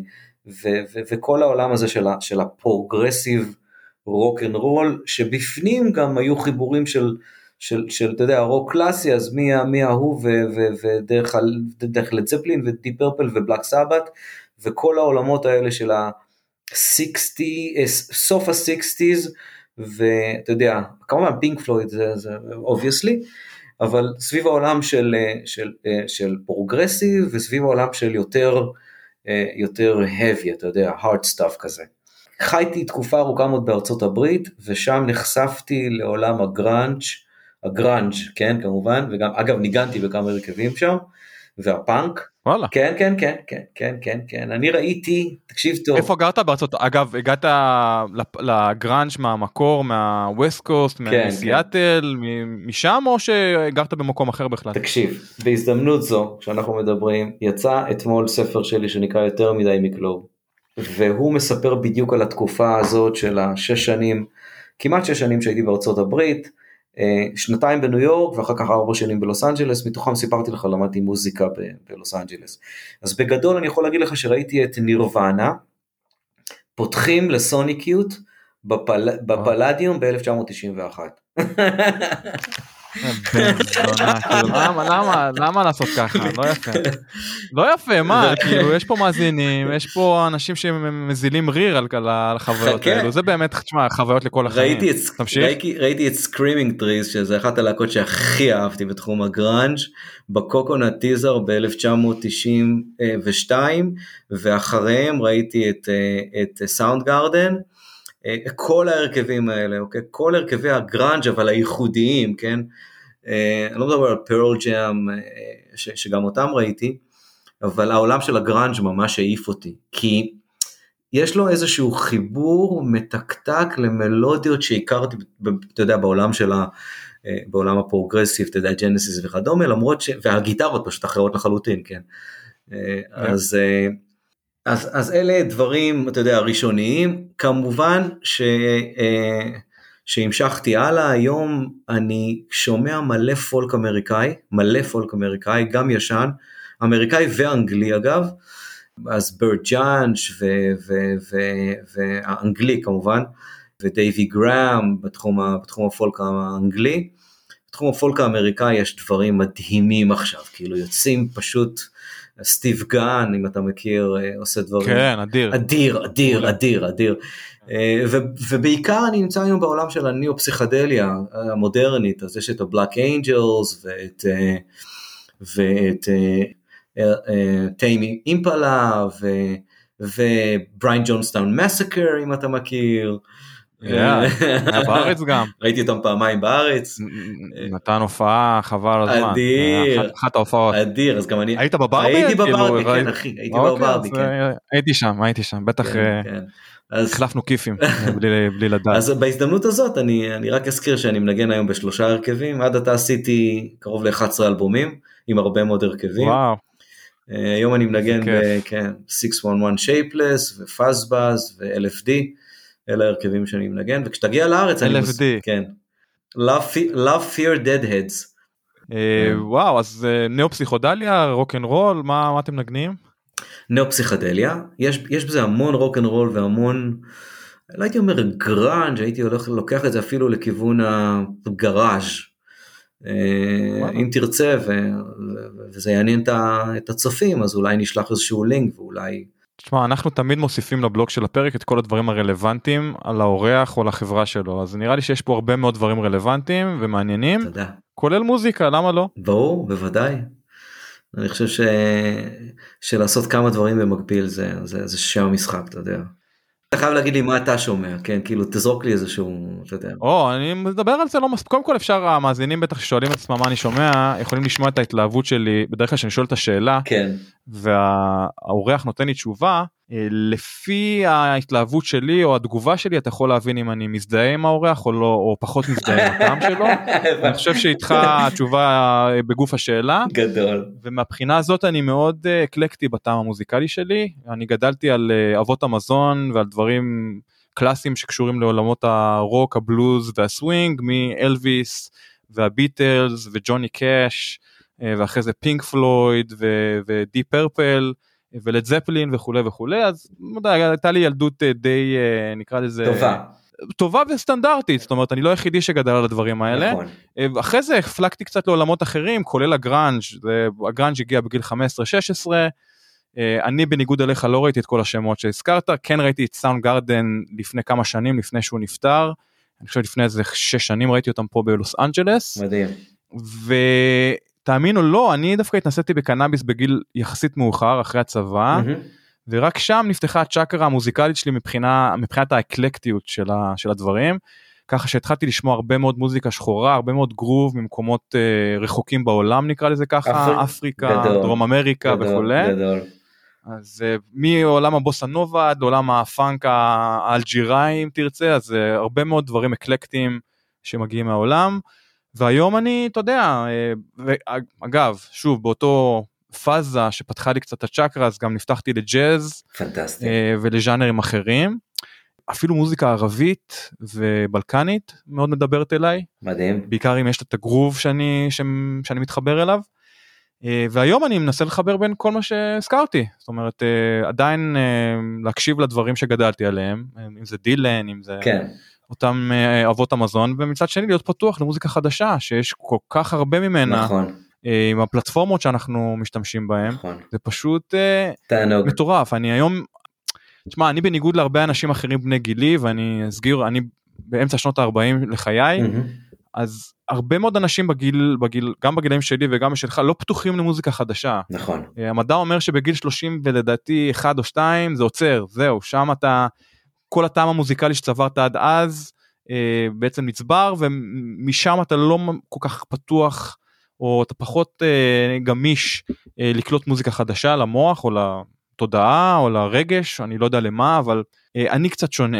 וכל העולם הזה של הפרוגרסיב רוק אנד רול, שבפנים גם היו חיבורים של אתה יודע, רוק קלאסי, אז מי ההוא ודרך לד זפלין ודיפ פרפל ובלק סבת, וכל העולמות האלה של סוף ה-60s, ואתה יודע, כמובן פינק פלויד זה obviously, אבל סביב העולם של פרוגרסיב, וסביב העולם של יותר heavy, אתה יודע, hard stuff כזה. חייתי תקופה ארוכה מאוד בארצות הברית, ושם נחשפתי לעולם הגראנג', כן, כמובן, וגם, אגב, ניגנתי בכמה הרכבים שם, והפאנק, וואלה. כן, אני ראיתי, תקשיב טוב. איפה גרת בארצות, אגב, הגעת לגראנג' מהמקור, מהווסט קוסט, מסיאטל, משם, או שגרת במקום אחר בכלל? תקשיב, בהזדמנות זו, כשאנחנו מדברים, יצא אתמול ספר שלי שנקרא יותר מדי מכלום, והוא מספר בדיוק על התקופה הזאת של 6 שנים, כמעט 6 שנים שהייתי בארצות הברית, 2 בניו יורק, ואחר כך 4 שנים בלוס אנג'לס, מתוכם סיפרתי לך, למדתי מוזיקה בלוס אנג'לס. אז בגדול אני יכול להגיד לך שראיתי את נירוונה, פותחים לסוניקיוט, בפלדיום ב-1991. למה לעשות ככה? לא יפה. לא יפה, מה? כאילו, יש פה מאזינים, יש פה אנשים שמזילים ריר על החוויות האלו, זה באמת, תשמע, חוויות לכל החיים. ראיתי את Screaming Trees, שזה אחת הלהקות שהכי אהבתי בתחום הגראנג' בקוקונט טיזר ב-1992, ואחריהם ראיתי את סאונד גארדן, כל ההרכבים האלה, אוקיי? כל הרכבי הגראנג' אבל הייחודיים, כן? אני לא מדבר על פרל ג'אם, שגם אותם ראיתי, אבל העולם של הגראנג' ממש העיף אותי, כי יש לו איזשהו חיבור מתקתק למלודיות שהכרתי, אתה יודע, בעולם הפרוגרסיב, אתה יודע, ג'נסיס וכדומה, למרות והגיטרות פשוט אחרות לחלוטין, כן? אז אלה דברים, אתה יודע, ראשוניים, כמובן שהמשכתי הלאה, היום אני שומע מלא פולק אמריקאי, גם ישן, אמריקאי ואנגלי אגב, אז ברד ג'אנג' והאנגלי כמובן, ודייבי גראם בתחום הפולק האנגלי, בתחום הפולק האמריקאי יש דברים מדהימים עכשיו, כאילו יוצאים פשוט, סטיב גן, אם אתה מכיר, עושה דברים. כן, אדיר. ובעיקר אני נמצא היום בעולם של הניאו-פסיכדליה המודרנית, אז יש את הבלק אנג'לס, ואת טיימי אימפלה, ובריין ג'ונסטאון מסקר, אם אתה מכיר. בארץ גם. ראיתי אותם פעמיים בארץ. נתן הופעה חבל הזמן. אדיר. אחת ההופעות. אדיר, אז גם אני. היית בברבי? הייתי בברבי, כן אחי. הייתי בברבי, כן. הייתי שם, בטח החלפנו כיפים, בלי לדעת. אז בהזדמנות הזאת, אני רק אזכיר שאני מנגן היום ב3 הרכבים, עד עתה עשיתי קרוב ל11 אלבומים, עם הרבה מאוד הרכבים. וואו. היום אני מנגן ב-611 Shapeless, ו-Fuzzbuzz, ו-LFD, אלה הרכבים שאני מנגן, וכשתגיע לארץ, LFD. כן. Love Fear Deadheads. וואו, אז נאו-פסיכודליה, רוק-אנד-רול, מה אתם נגנים? נאו-פסיכדליה, יש בזה המון רוק-אנד-רול והמון, לא הייתי אומר גראנג', הייתי לוקח את זה אפילו לכיוון הגראז'. אם תרצה וזה יעניין את הצופים, אז אולי נשלח איזשהו לינק ואולי... תשמע, אנחנו תמיד מוסיפים לבלוג של הפרק את כל הדברים הרלוונטיים על האורח או לחברה שלו, אז נראה לי שיש פה הרבה מאוד דברים רלוונטיים ומעניינים, תודה. כולל מוזיקה, למה לא? ברור, בוודאי. אני חושב שלעשות כמה דברים במקביל זה שם המשחק, אתה יודע. אתה חייב להגיד לי מה אתה שומע, כן? כאילו תזרוק לי איזשהו, אתה יודע. אני מדבר על זה לא מספיק, קודם כל אפשר, המאזינים בטח ששואלים את עצמם מה אני שומע, יכולים לשמוע את ההתלהבות שלי, בדרך כלל שאני שואל את השאלה, כן. והאורח נותן לי תשובה, לפי ההתלהבות שלי או התגובה שלי, אתה יכול להבין אם אני מזדהה עם האורח או לא, או פחות מזדהה עם הטעם שלו, אני חושב שאיתך התשובה בגוף השאלה, גדול. ומהבחינה הזאת אני מאוד אקלקטי בטעם המוזיקלי שלי, אני גדלתי על אבות המזון ועל דברים קלאסיים שקשורים לעולמות הרוק, הבלוז והסווינג, מאלוויס והביטלס וג'וני קאש, ואחרי זה פינק פלויד ודי פרפל, ולד זפלין וכו' וכו', אז הייתה לי ילדות די, נקרא לזה, טובה וסטנדרטית, זאת אומרת, אני לא היחידי שגדל על הדברים האלה, נכון. אחרי זה הפלקתי קצת לעולמות אחרים, כולל הגראנג', הגראנג' הגיע בגיל 15-16, אני בניגוד אליך לא ראיתי את כל השמות שהזכרת, כן ראיתי את סאונד גארדן לפני כמה שנים, לפני שהוא נפטר, אני חושב לפני איזה 6 שנים ראיתי אותם פה בלוס אנג'לס, מדהים. תאמין או לא, אני דווקא התנסיתי בקנאביס בגיל יחסית מאוחר, אחרי הצבא, ורק שם נפתחה הצ'קרה המוזיקלית שלי מבחינת האקלקטיות של הדברים, ככה שהתחלתי לשמוע הרבה מאוד מוזיקה שחורה, הרבה מאוד גרוב ממקומות רחוקים בעולם, נקרא לזה ככה, אפריקה, דרום אמריקה וכו'. אז מעולם הבוסה נובה עד לעולם הפאנק האלג'יראי, אם תרצה, אז הרבה מאוד דברים אקלקטיים שמגיעים מהעולם, והיום אני, אתה יודע, אגב, שוב, באותו פאזה שפתחה לי קצת הצ'קרה, אז גם נפתחתי לג'אז, פנטסטי. ולז'אנרים אחרים, אפילו מוזיקה ערבית ובלקנית מאוד מדברת אליי. מדהים. בעיקר אם יש את הגרוב שאני מתחבר אליו. והיום אני מנסה לחבר בין כל מה שהזכרתי, זאת אומרת, עדיין להקשיב לדברים שגדלתי עליהם, אם זה דילן, אם זה אותם אבות המזון, ומצד שני להיות פתוח למוזיקה חדשה, שיש כל כך הרבה ממנה, עם הפלטפורמות שאנחנו משתמשים בהם, זה פשוט מטורף. אני היום, תשמע, אני בניגוד להרבה אנשים אחרים בני גילי, ואני אסגיר, אני באמצע שנות ה-40 לחיי, אז הרבה מאוד אנשים גם בגילאים שלי וגם בשלך, לא פתוחים למוזיקה חדשה. נכון. המדע אומר שבגיל 30 ולדעתי 1 או 2 זה עוצר, זהו, שם אתה, כל הטעם המוזיקלי שצברת עד אז, בעצם נצבר, ומשם אתה לא כל כך פתוח, או אתה פחות גמיש לקלוט מוזיקה חדשה למוח, או לתודעה, או לרגש, אני לא יודע למה, אבל אני קצת שונה,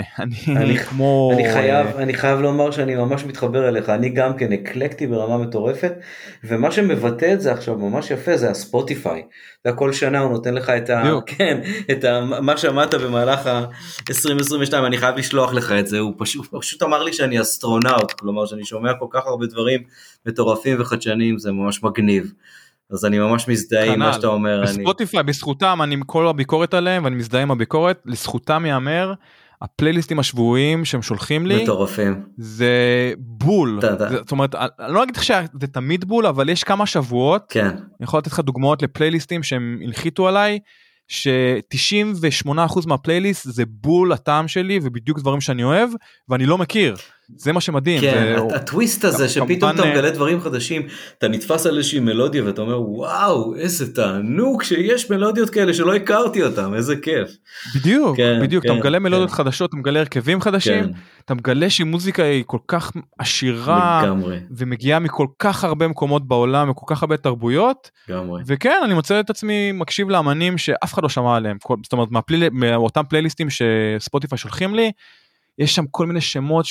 אני חייב לומר שאני ממש מתחבר אליך, אני גם כן אקלקטי ברמה מטורפת, ומה שמבטא את זה עכשיו ממש יפה זה הספוטיפיי, כל שנה הוא נותן לך את מה שמעת במהלך ה-2022, אני חייב לשלוח לך את זה, הוא פשוט אמר לי שאני אסטרונאוט, כלומר שאני שומע כל כך הרבה דברים מטורפים וחדשניים, זה ממש מגניב. אז אני ממש מזדהה עם מה שאתה אומר. בספוטיפיי, בזכותם, אני כל הביקורת עליהם, ואני מזדהה עם הביקורת, לזכותם יאמר, הפלייליסטים השבועיים שהם שולחים לי, מטורפים. זה בול. זאת אומרת, אני לא אגיד לך שזה תמיד בול, אבל יש כמה שבועות, אני יכול לתת לך דוגמאות לפלייליסטים שהם הנחיתו עליי, ש98% מהפלייליסט זה בול הטעם שלי, ובדיוק דברים שאני אוהב, ואני לא מכיר. זה מה שמדהים. כן, הטוויסט הזה שפתאום אתה מגלה דברים חדשים, אתה נתפס על איזושהי מלודיה ואתה אומר וואו איזה תענוג שיש מלודיות כאלה שלא הכרתי אותם, איזה כיף. בדיוק, אתה מגלה מלודיות חדשות, אתה מגלה הרכבים חדשים, אתה מגלה שמוזיקה היא כל כך עשירה, ומגיעה מכל כך הרבה מקומות בעולם, מכל כך הרבה תרבויות, וכן אני מוצא את עצמי מקשיב לאמנים שאף אחד לא שמע עליהם, זאת אומרת מאותם פלייליסטים שספוטיפיי שולחים לי, יש שם כל מיני שמות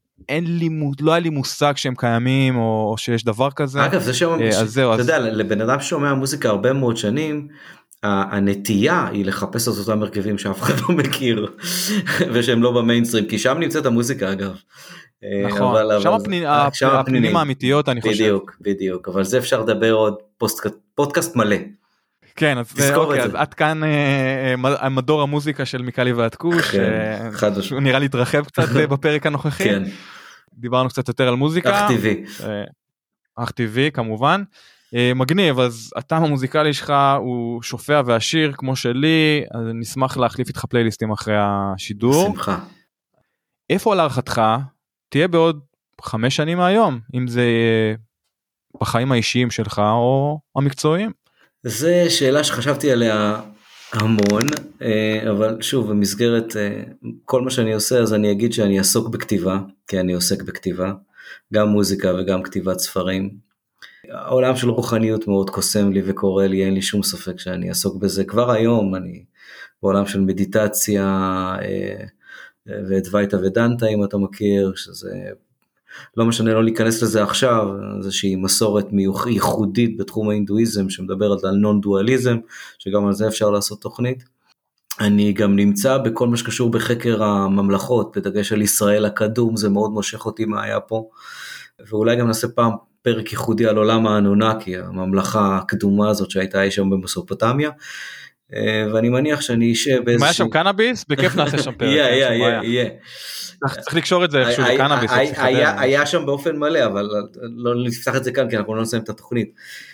לא היה לי מושג שהם קיימים, או שיש דבר כזה. אגב, זה שם, אתה יודע, לבן אדם שומע מוזיקה הרבה מאוד שנים, הנטייה היא לחפש את אותם מרכבים שאף אחד לא מכיר, ושהם לא במיינסטרים, כי שם נמצאת המוזיקה אגב. נכון, שם הפנינים האמיתיות אני חושב. בדיוק, אבל זה אפשר לדבר עוד פודקאסט מלא. כן, אז עד כאן מדור המוזיקה של מיקלי והתקוש, הוא נראה לי התרחב קצת בפרק הנוכחי, דיברנו קצת יותר על מוזיקה, אך טבעי כמובן, מגניב, אז הטעם המוזיקלי שלך הוא שופע ועשיר כמו שלי, אז נשמח להחליף איתך פלייליסטים אחרי השידור. שמחה. איפה להערכתך תהיה בעוד 5 שנים מהיום, אם זה בחיים האישיים שלך או המקצועיים? זו שאלה שחשבתי עליה המון, אבל שוב, במסגרת כל מה שאני עושה, אז אני אגיד שאני אעסוק בכתיבה, כי אני עוסק בכתיבה, גם מוזיקה וגם כתיבת ספרים. העולם של רוחניות מאוד קוסם לי וקורא לי, אין לי שום ספק שאני אעסוק בזה. כבר היום אני בעולם של מדיטציה, ואת וייטה ודנטה, אם אתה מכיר, שזה לא משנה לא להיכנס לזה עכשיו, איזושהי מסורת ייחודית בתחום ההינדואיזם, שמדברת על נון דואליזם, שגם על זה אפשר לעשות תוכנית. אני גם נמצא בכל מה שקשור בחקר הממלכות, בדגש על ישראל הקדום, זה מאוד מושך אותי מה היה פה, ואולי גם נעשה פעם פרק ייחודי על עולם האנונקי, הממלכה הקדומה הזאת שהייתה אי שם במסופוטמיה, ואני מניח שאני אשב באיזשהו... מה היה שם קנאביס? בכיף נעשה שם פרק. יהיה. צריך לקשור את זה איכשהו לקנאביס. היה שם באופן מלא, אבל לא נפתח את זה כאן, כי אנחנו לא נסיים את התוכנית.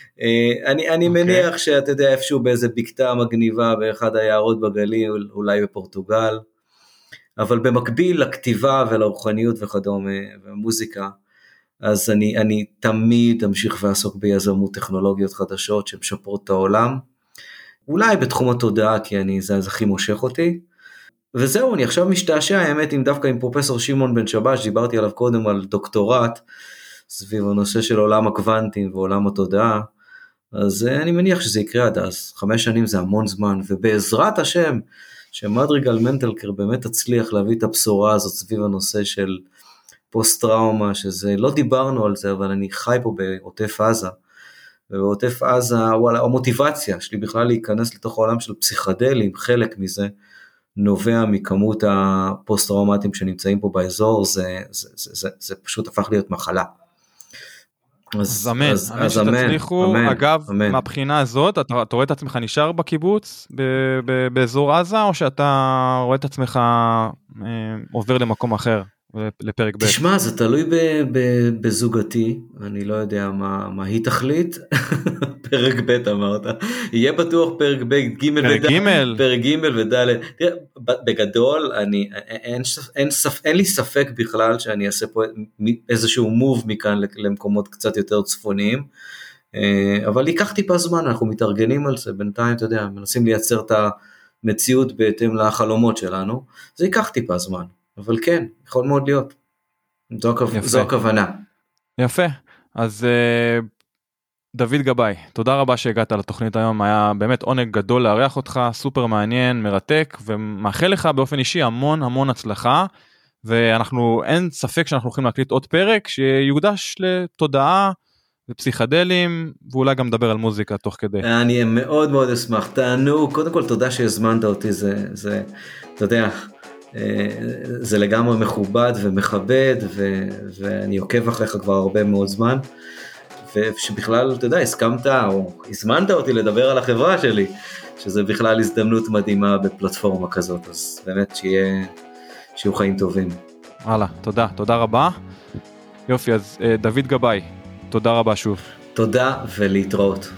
אני מניח שאתה יודע איפשהו באיזה בקתה מגניבה, באחד היערות בגליל, אולי בפורטוגל, אבל במקביל לכתיבה ולרוחניות וכדומה, ומוזיקה, אז אני תמיד אמשיך ועסוק ביזמות טכנולוגיות חדשות, שמשפרות את העולם, אולי בתחום התודעה, כי זה הכי מושך אותי, וזהו, אני עכשיו משתעשע, האמת, דווקא עם פרופסור שמעון בן שבת, שדיברתי עליו קודם על דוקטורט, סביב הנושא של עולם הקוונטים ועולם התודעה, אז אני מניח שזה יקרה עד אז, 5 שנים זה המון זמן, ובעזרת השם, שמדריגל מנטלקר באמת תצליח להביא את הבשורה הזאת, סביב הנושא של פוסט טראומה, שזה, לא דיברנו על זה, אבל אני חי פה בעוטף עזה, ובעוטף עזה, וואלה, המוטיבציה שלי בכלל להיכנס לתוך העולם של פסיכדלים, חלק מזה, נובע מכמות הפוסט-טראומטיים שנמצאים פה באזור, זה פשוט הפך להיות מחלה. אז אמן שתצליחו. אגב, מהבחינה הזאת, אתה רואה את עצמך נשאר בקיבוץ, באזור עזה, או שאתה רואה את עצמך עובר למקום אחר, לפרק ב'? תשמע, זה תלוי בזוגתי, אני לא יודע מה היא תחליט, פרק ב' אמרת, יהיה בטוח פרק ב', פרק ג' וד', תראה, בגדול, אין לי ספק בכלל שאני אעשה פה איזשהו מוב מכאן למקומות קצת יותר צפוניים, אבל ייקח טיפה זמן, אנחנו מתארגנים על זה, בינתיים, אתה יודע, מנסים לייצר את המציאות בהתאם לחלומות שלנו, זה ייקח טיפה זמן, אבל כן, יכול מאוד להיות. זו הכוונה. יפה. אז דוד גבאי, תודה רבה שהגעת לתוכנית היום, היה באמת עונג גדול לארח אותך, סופר מעניין, מרתק, ומאחל לך באופן אישי המון המון הצלחה, ואנחנו, אין ספק שאנחנו הולכים להקליט עוד פרק, שיוקדש לתודעה, ופסיכדלים, ואולי גם נדבר על מוזיקה תוך כדי. אני מאוד מאוד אשמח, תענו, קודם כל תודה שהזמנת אותי, זה אתה יודע, זה לגמרי מכובד ומכבד, ואני עוקב אחריך כבר הרבה מאוד זמן, ושבכלל, אתה יודע, הסכמת או הזמנת אותי לדבר על החברה שלי, שזה בכלל הזדמנות מדהימה בפלטפורמה כזאת, אז באמת שיהיו חיים טובים. הלאה, תודה רבה. יופי, אז דוד גבאי, תודה רבה שוב. תודה ולהתראות.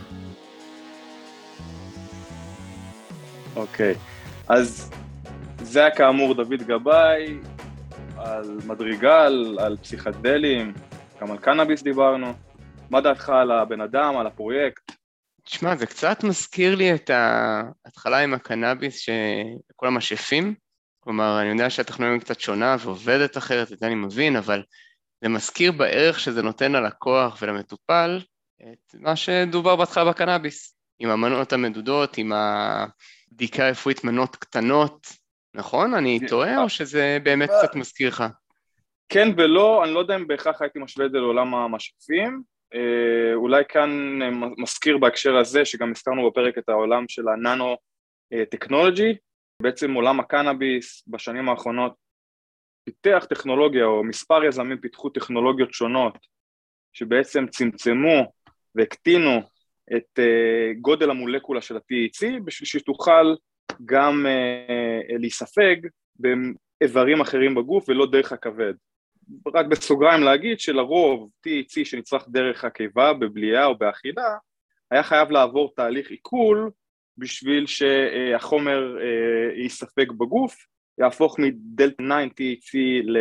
אוקיי, אז זה היה כאמור דוד גבאי, על מדריגל, על פסיכדלים, גם על קנאביס דיברנו. מה דעתך על הבן אדם, על הפרויקט? תשמע, זה קצת מזכיר לי את ההתחלה עם הקנאביס, שכל המשאפים, כלומר, אני יודע שהטכנולוגיה קצת שונה ועובדת אחרת, את זה אני מבין, אבל זה מזכיר בערך שזה נותן ללקוח ולמטופל את מה שדובר בהתחלה בקנאביס, עם המנות המדודות, עם הבדיקה רפואית מנות קטנות, נכון? אני טועה או שזה באמת קצת מזכיר לך? כן ולא, אני לא יודע אם בהכרח הייתי משווה את זה לעולם המשאפים, אולי כאן מזכיר בהקשר הזה, שגם הזכרנו בפרק את העולם של הננו טכנולוגי, בעצם עולם הקנאביס בשנים האחרונות פיתח טכנולוגיה, או מספר יזמים פיתחו טכנולוגיות שונות, שבעצם צמצמו והקטינו את גודל המולקולה של ה-THC, בשביל שתוכל גם להיספג באיברים אחרים בגוף ולא דרך הכבד. רק בסוגריים להגיד שלרוב THC שנצרך דרך הקיבה, בבליעה או באכילה, היה חייב לעבור תהליך עיכול, בשביל שהחומר ייספג בגוף, יהפוך מדלטה 9 THC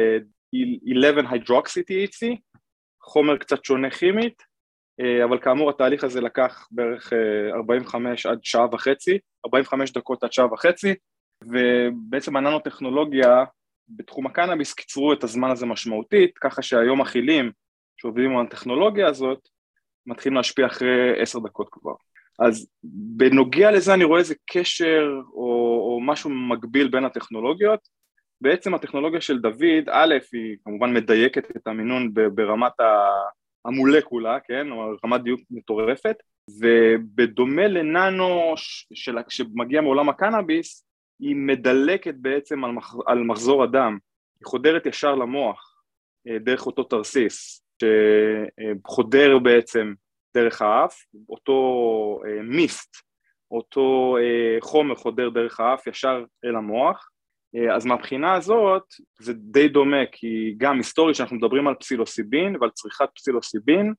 ל-11 הידרוקסי THC, חומר קצת שונה כימית, אבל כאמור התהליך הזה לקח בערך 45 עד שעה וחצי, 45 דקות עד שעה וחצי, ובעצם הננו-טכנולוגיה בתחום הקנאביס קיצרו את הזמן הזה משמעותית, ככה שהיום הכילים שעובדים על הטכנולוגיה הזאת, מתחילים להשפיע אחרי 10 דקות כבר. אז בנוגע לזה אני רואה איזה קשר או משהו מקביל בין הטכנולוגיות, בעצם הטכנולוגיה של דוד, א', היא כמובן מדייקת את המינון ברמת המולקולה, כן, או רמת דיוק מטורפת, ובדומה לננו שמגיע מעולם הקנאביס, היא מדלקת בעצם על מחזור הדם, היא חודרת ישר למוח, דרך אותו תרסיס, שחודר בעצם דרך האף, אותו מיסט, אותו חומר חודר דרך האף ישר אל המוח, אז מהבחינה הזאת זה די דומה, כי גם היסטורית שאנחנו מדברים על פסילוסיבין ועל צריכת פסילוסיבין,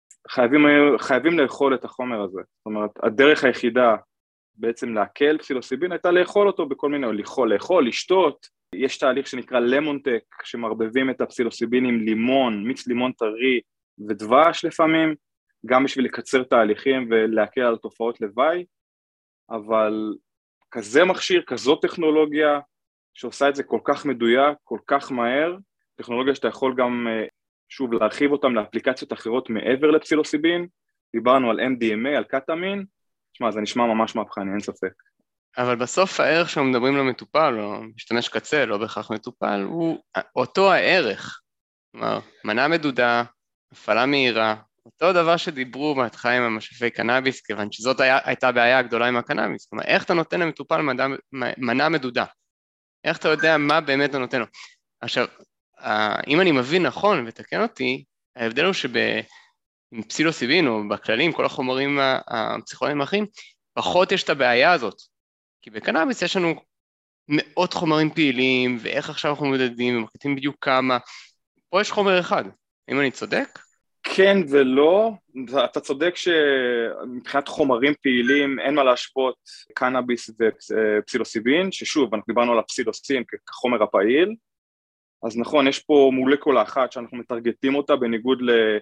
חייבים לאכול את החומר הזה, זאת אומרת הדרך היחידה בעצם להקל פסילוסיבין הייתה לאכול אותו בכל מיני, לאכול, לשתות, יש תהליך שנקרא למונטק, שמרבבים את הפסילוסיבין עם לימון, מיץ לימון טרי ודבש לפעמים, גם בשביל לקצר תהליכים ולהקל על תופעות לוואי, אבל כזה מכשיר, כזאת טכנולוגיה, שעושה את זה כל כך מדויק, כל כך מהר, טכנולוגיה שאתה יכול גם, שוב, להרחיב אותם לאפליקציות אחרות מעבר לפסילוסיבין, דיברנו על MDMA, על קטמין, תשמע, זה נשמע ממש מהפכני, אין ספק. אבל בסוף הערך שאנחנו מדברים למטופל, או משתמש קצה, לא בהכרח מטופל, הוא אותו הערך. כלומר, מנה מדודה, הפעלה מהירה, אותו דבר שדיברו בהתחלה עם המשאפי קנאביס, כיוון שזאת הייתה בעיה גדולה עם הקנאביס. כלומר, איך אתה נותן למטופל מנה מדודה? איך אתה יודע מה באמת אתה נותן לו? עכשיו, אם אני מבין נכון ותקן אותי, ההבדל הוא עם פסילוסיבין או בכללים, כל החומרים הפסיכולוגיים האחרים, פחות יש את הבעיה הזאת. כי בקנאביס יש לנו מאות חומרים פעילים, ואיך עכשיו אנחנו מודדים, ומחליטים בדיוק כמה. פה יש חומר אחד. האם אני צודק? כן ולא, אתה צודק שמבחינת חומרים פעילים אין מה להשוות קנאביס ופסילוסיבין, ששוב, אנחנו דיברנו על הפסילוסין כחומר הפעיל, אז נכון, יש פה מולקולה אחת שאנחנו מטרגטים אותה בניגוד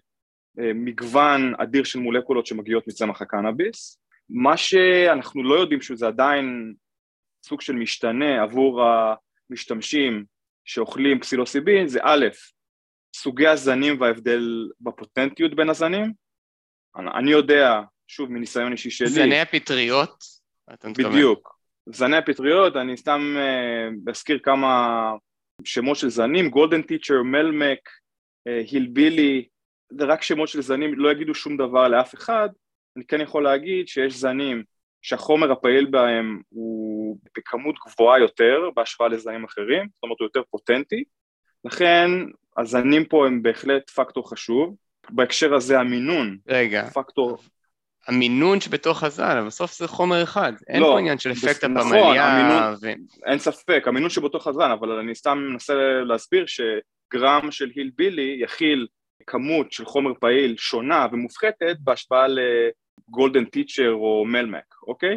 למגוון אדיר של מולקולות שמגיעות מצמח הקנאביס. מה שאנחנו לא יודעים שזה עדיין סוג של משתנה עבור המשתמשים שאוכלים פסילוסיבין, זה א', סוגי הזנים וההבדל בפוטנטיות בין הזנים. אני יודע, שוב, מניסיון אישי שלי. זני הפטריות? בדיוק. זני הפטריות, אני סתם אזכיר כמה שמות של זנים, גולדן טיצ'ר, מלמק, הילבילי, זה רק שמות של זנים, לא יגידו שום דבר לאף אחד. אני כן יכול להגיד שיש זנים שהחומר הפעיל בהם הוא בכמות גבוהה יותר בהשוואה לזנים אחרים, זאת אומרת הוא יותר פוטנטי, לכן הזנים פה הם בהחלט פקטור חשוב. בהקשר הזה המינון, רגע, פקטור... המינון שבתוך הזן, בסוף זה חומר אחד, אין לא, פה עניין של אפקט נכון, הפמליה. אין ספק, המינון שבתוך הזן, אבל אני סתם מנסה להסביר שגרם של הילבילי יכיל כמות של חומר פעיל שונה ומופחתת בהשוואה לגולדן טיצ'ר או מלמק, אוקיי?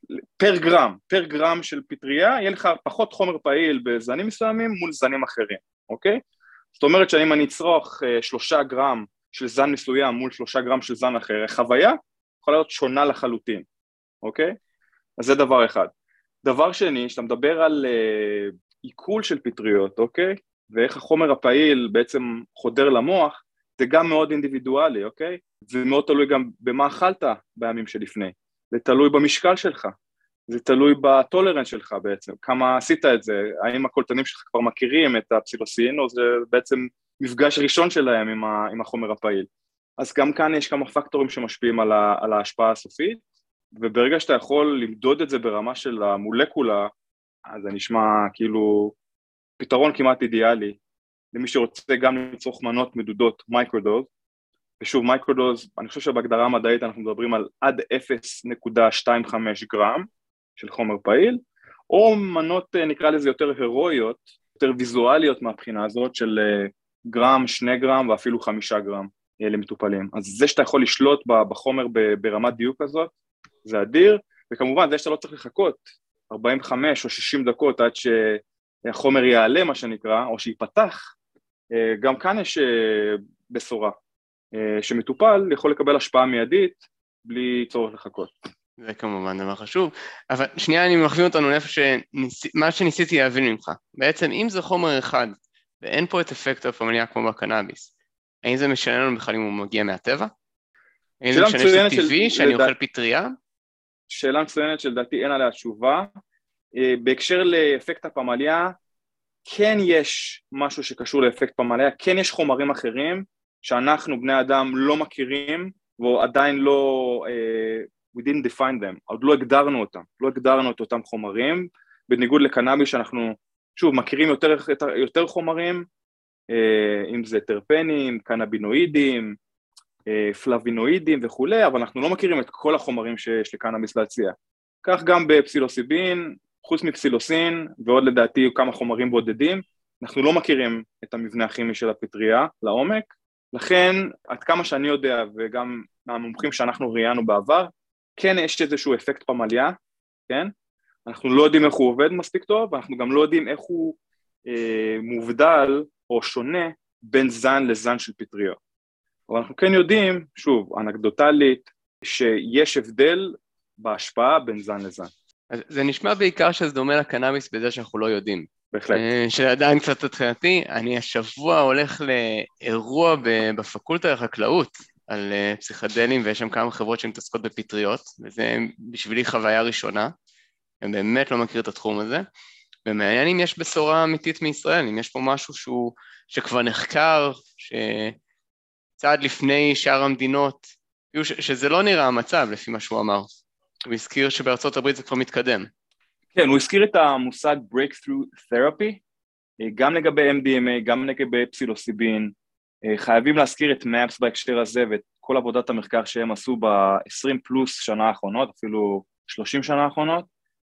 פר גרם של פטריה יהיה לך פחות חומר פעיל בזנים מסוימים מול זנים אחרים, אוקיי? זאת אומרת שאם אני אצרוך 3 גרם של זן מסוים מול 3 גרם של זן אחר, החוויה יכולה להיות שונה לחלוטין, אוקיי? אז זה דבר אחד. דבר שני, שאתה מדבר על עיכול של פטריות, אוקיי? ואיך החומר הפעיל בעצם חודר למוח, זה גם מאוד אינדיבידואלי, אוקיי? זה מאוד תלוי גם במה אכלת בימים שלפני. זה תלוי במשקל שלך. זה תלוי בטולרנס שלך בעצם, כמה עשית את זה, האם הקולטנים שלך כבר מכירים את הפסילוסין, או זה בעצם מפגש ראשון שלהם עם החומר הפעיל. אז גם כאן יש כמה פקטורים שמשפיעים על ההשפעה הסופית, וברגע שאתה יכול למדוד את זה ברמה של המולקולה, אז זה נשמע כאילו פתרון כמעט אידיאלי, למי שרוצה גם לצרוך מנות מדודות מייקרודוז, ושוב מייקרודוז, אני חושב שבהגדרה המדעית אנחנו מדברים על עד 0.25 גרם, של חומר פעיל, או מנות נקרא לזה יותר הירואיות, יותר ויזואליות מהבחינה הזאת של גרם, 2 גרם ואפילו 5 גרם למטופלים. אז זה שאתה יכול לשלוט בחומר ברמת דיוק הזאת, זה אדיר, וכמובן זה שאתה לא צריך לחכות 45 או 60 דקות עד שהחומר יעלה מה שנקרא, או שיפתח, גם כאן יש בשורה, שמטופל יכול לקבל השפעה מיידית בלי צורך לחכות. זה כמובן דבר חשוב, אבל שנייה אני מכווין אותנו לאיפה מה שניסיתי להבין ממך. בעצם אם זה חומר אחד, ואין פה את אפקט הפמליה כמו בקנאביס, האם זה משנה לנו בכלל אם הוא מגיע מהטבע? האם זה משנה שזה טבעי שאני אוכל פטריה? שאלה מצוינת שלדעתי אין עליה תשובה. בהקשר לאפקט הפמליה, כן יש משהו שקשור לאפקט פמליה, כן יש חומרים אחרים שאנחנו בני אדם לא מכירים, ועדיין לא... we didn't define them, עוד לא הגדרנו אותם, לא הגדרנו את אותם חומרים, בניגוד לקנאביס שאנחנו, שוב, מכירים יותר חומרים, אם זה טרפנים, קנבינואידים, פלבינואידים וכולי, אבל אנחנו לא מכירים את כל החומרים שיש לקנאביס להציע. כך גם בפסילוסיבין, חוץ מפסילוסין, ועוד לדעתי כמה חומרים בודדים, אנחנו לא מכירים את המבנה הכימי של הפטריה לעומק, לכן, עד כמה שאני יודע, וגם מהמומחים שאנחנו ראיינו בעבר, כן יש איזשהו אפקט פמליה, כן? אנחנו לא יודעים איך הוא עובד מספיק טוב, ואנחנו גם לא יודעים איך הוא מובדל או שונה בין זן לזן של פטריות. אבל אנחנו כן יודעים, שוב, אנקדוטלית, שיש הבדל בהשפעה בין זן לזן. אז זה נשמע בעיקר שזה דומה לקנאביס בזה שאנחנו לא יודעים. בהחלט. שעדיין קצת התחילתי, אני השבוע הולך לאירוע בפקולטה לחקלאות, על פסיכדלים, ויש שם כמה חברות שמתעסקות בפטריות, וזה בשבילי חוויה ראשונה, אני באמת לא מכיר את התחום הזה, ומעניין אם יש בשורה אמיתית מישראל, אם יש פה משהו שכבר נחקר, שצעד לפני שאר המדינות, שזה לא נראה המצב לפי מה שהוא אמר, הוא הזכיר שבארצות הברית זה כבר מתקדם. כן, הוא הזכיר את המושג Breakthrough Therapy, גם לגבי MDMA, גם לגבי פסילוסיבין, חייבים להזכיר את MAPS בהקשר הזה ואת כל עבודת המחקר שהם עשו ב-20 פלוס שנה האחרונות, אפילו 30 שנה האחרונות,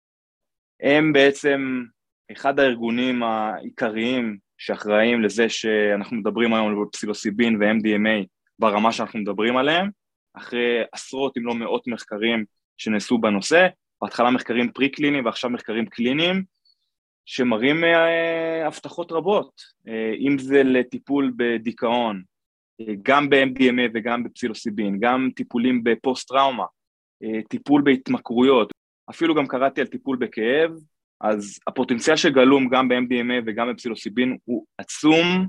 הם בעצם אחד הארגונים העיקריים שאחראים לזה שאנחנו מדברים היום על פסילוסיבין ו-MDMA ברמה שאנחנו מדברים עליהם, אחרי עשרות אם לא מאות מחקרים שנעשו בנושא, בהתחלה מחקרים פרי-קליניים ועכשיו מחקרים קליניים, שמראים הבטחות רבות, אם זה לטיפול בדיכאון, גם ב-MDMA וגם בפסילוסיבין, גם טיפולים בפוסט-טראומה, טיפול בהתמכרויות, אפילו גם קראתי על טיפול בכאב, אז הפוטנציאל שגלום גם ב-MDMA וגם בפסילוסיבין הוא עצום,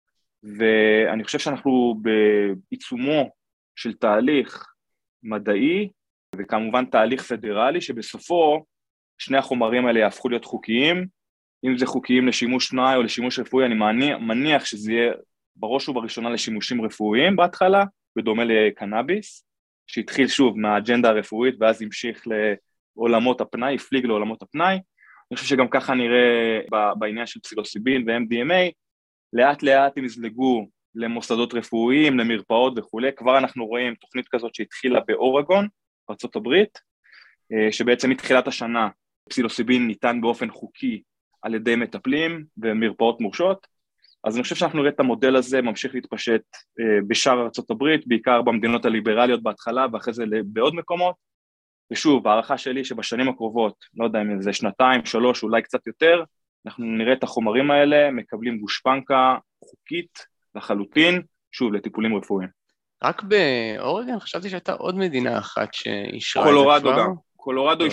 ואני חושב שאנחנו בעיצומו של תהליך מדעי, וכמובן תהליך פדרלי, שבסופו שני החומרים האלה יהפכו להיות חוקיים, אם זה חוקיים לשימוש תנאי או לשימוש רפואי, אני מניח שזה יהיה בראש ובראשונה לשימושים רפואיים בהתחלה, בדומה לקנאביס, שהתחיל שוב מהאג'נדה הרפואית, ואז המשיך לעולמות הפנאי, הפליג לעולמות הפנאי. אני חושב שגם ככה נראה בעניין של פסילוסיבין ו-MDMA, לאט לאט הם יזלגו למוסדות רפואיים, למרפאות וכו'. כבר אנחנו רואים תוכנית כזאת שהתחילה באורגון, בארצות הברית, שבעצם מתחילת השנה פסילוסיבין ניתן באופן חוקי על ידי מטפלים ומרפאות מורשות, אז אני חושב שאנחנו נראה את המודל הזה ממשיך להתפשט בשאר ארצות הברית, בעיקר במדינות הליברליות בהתחלה ואחרי זה בעוד מקומות, ושוב, הערכה שלי שבשנים הקרובות, לא יודע אם זה 2, 3, אולי קצת יותר, אנחנו נראה את החומרים האלה, מקבלים גושפנקה חוקית לחלוטין, שוב, לטיפולים רפואיים. רק באורגון חשבתי שהייתה עוד מדינה אחת שאישרה את זה כבר. קולורדו גם. קולורדו,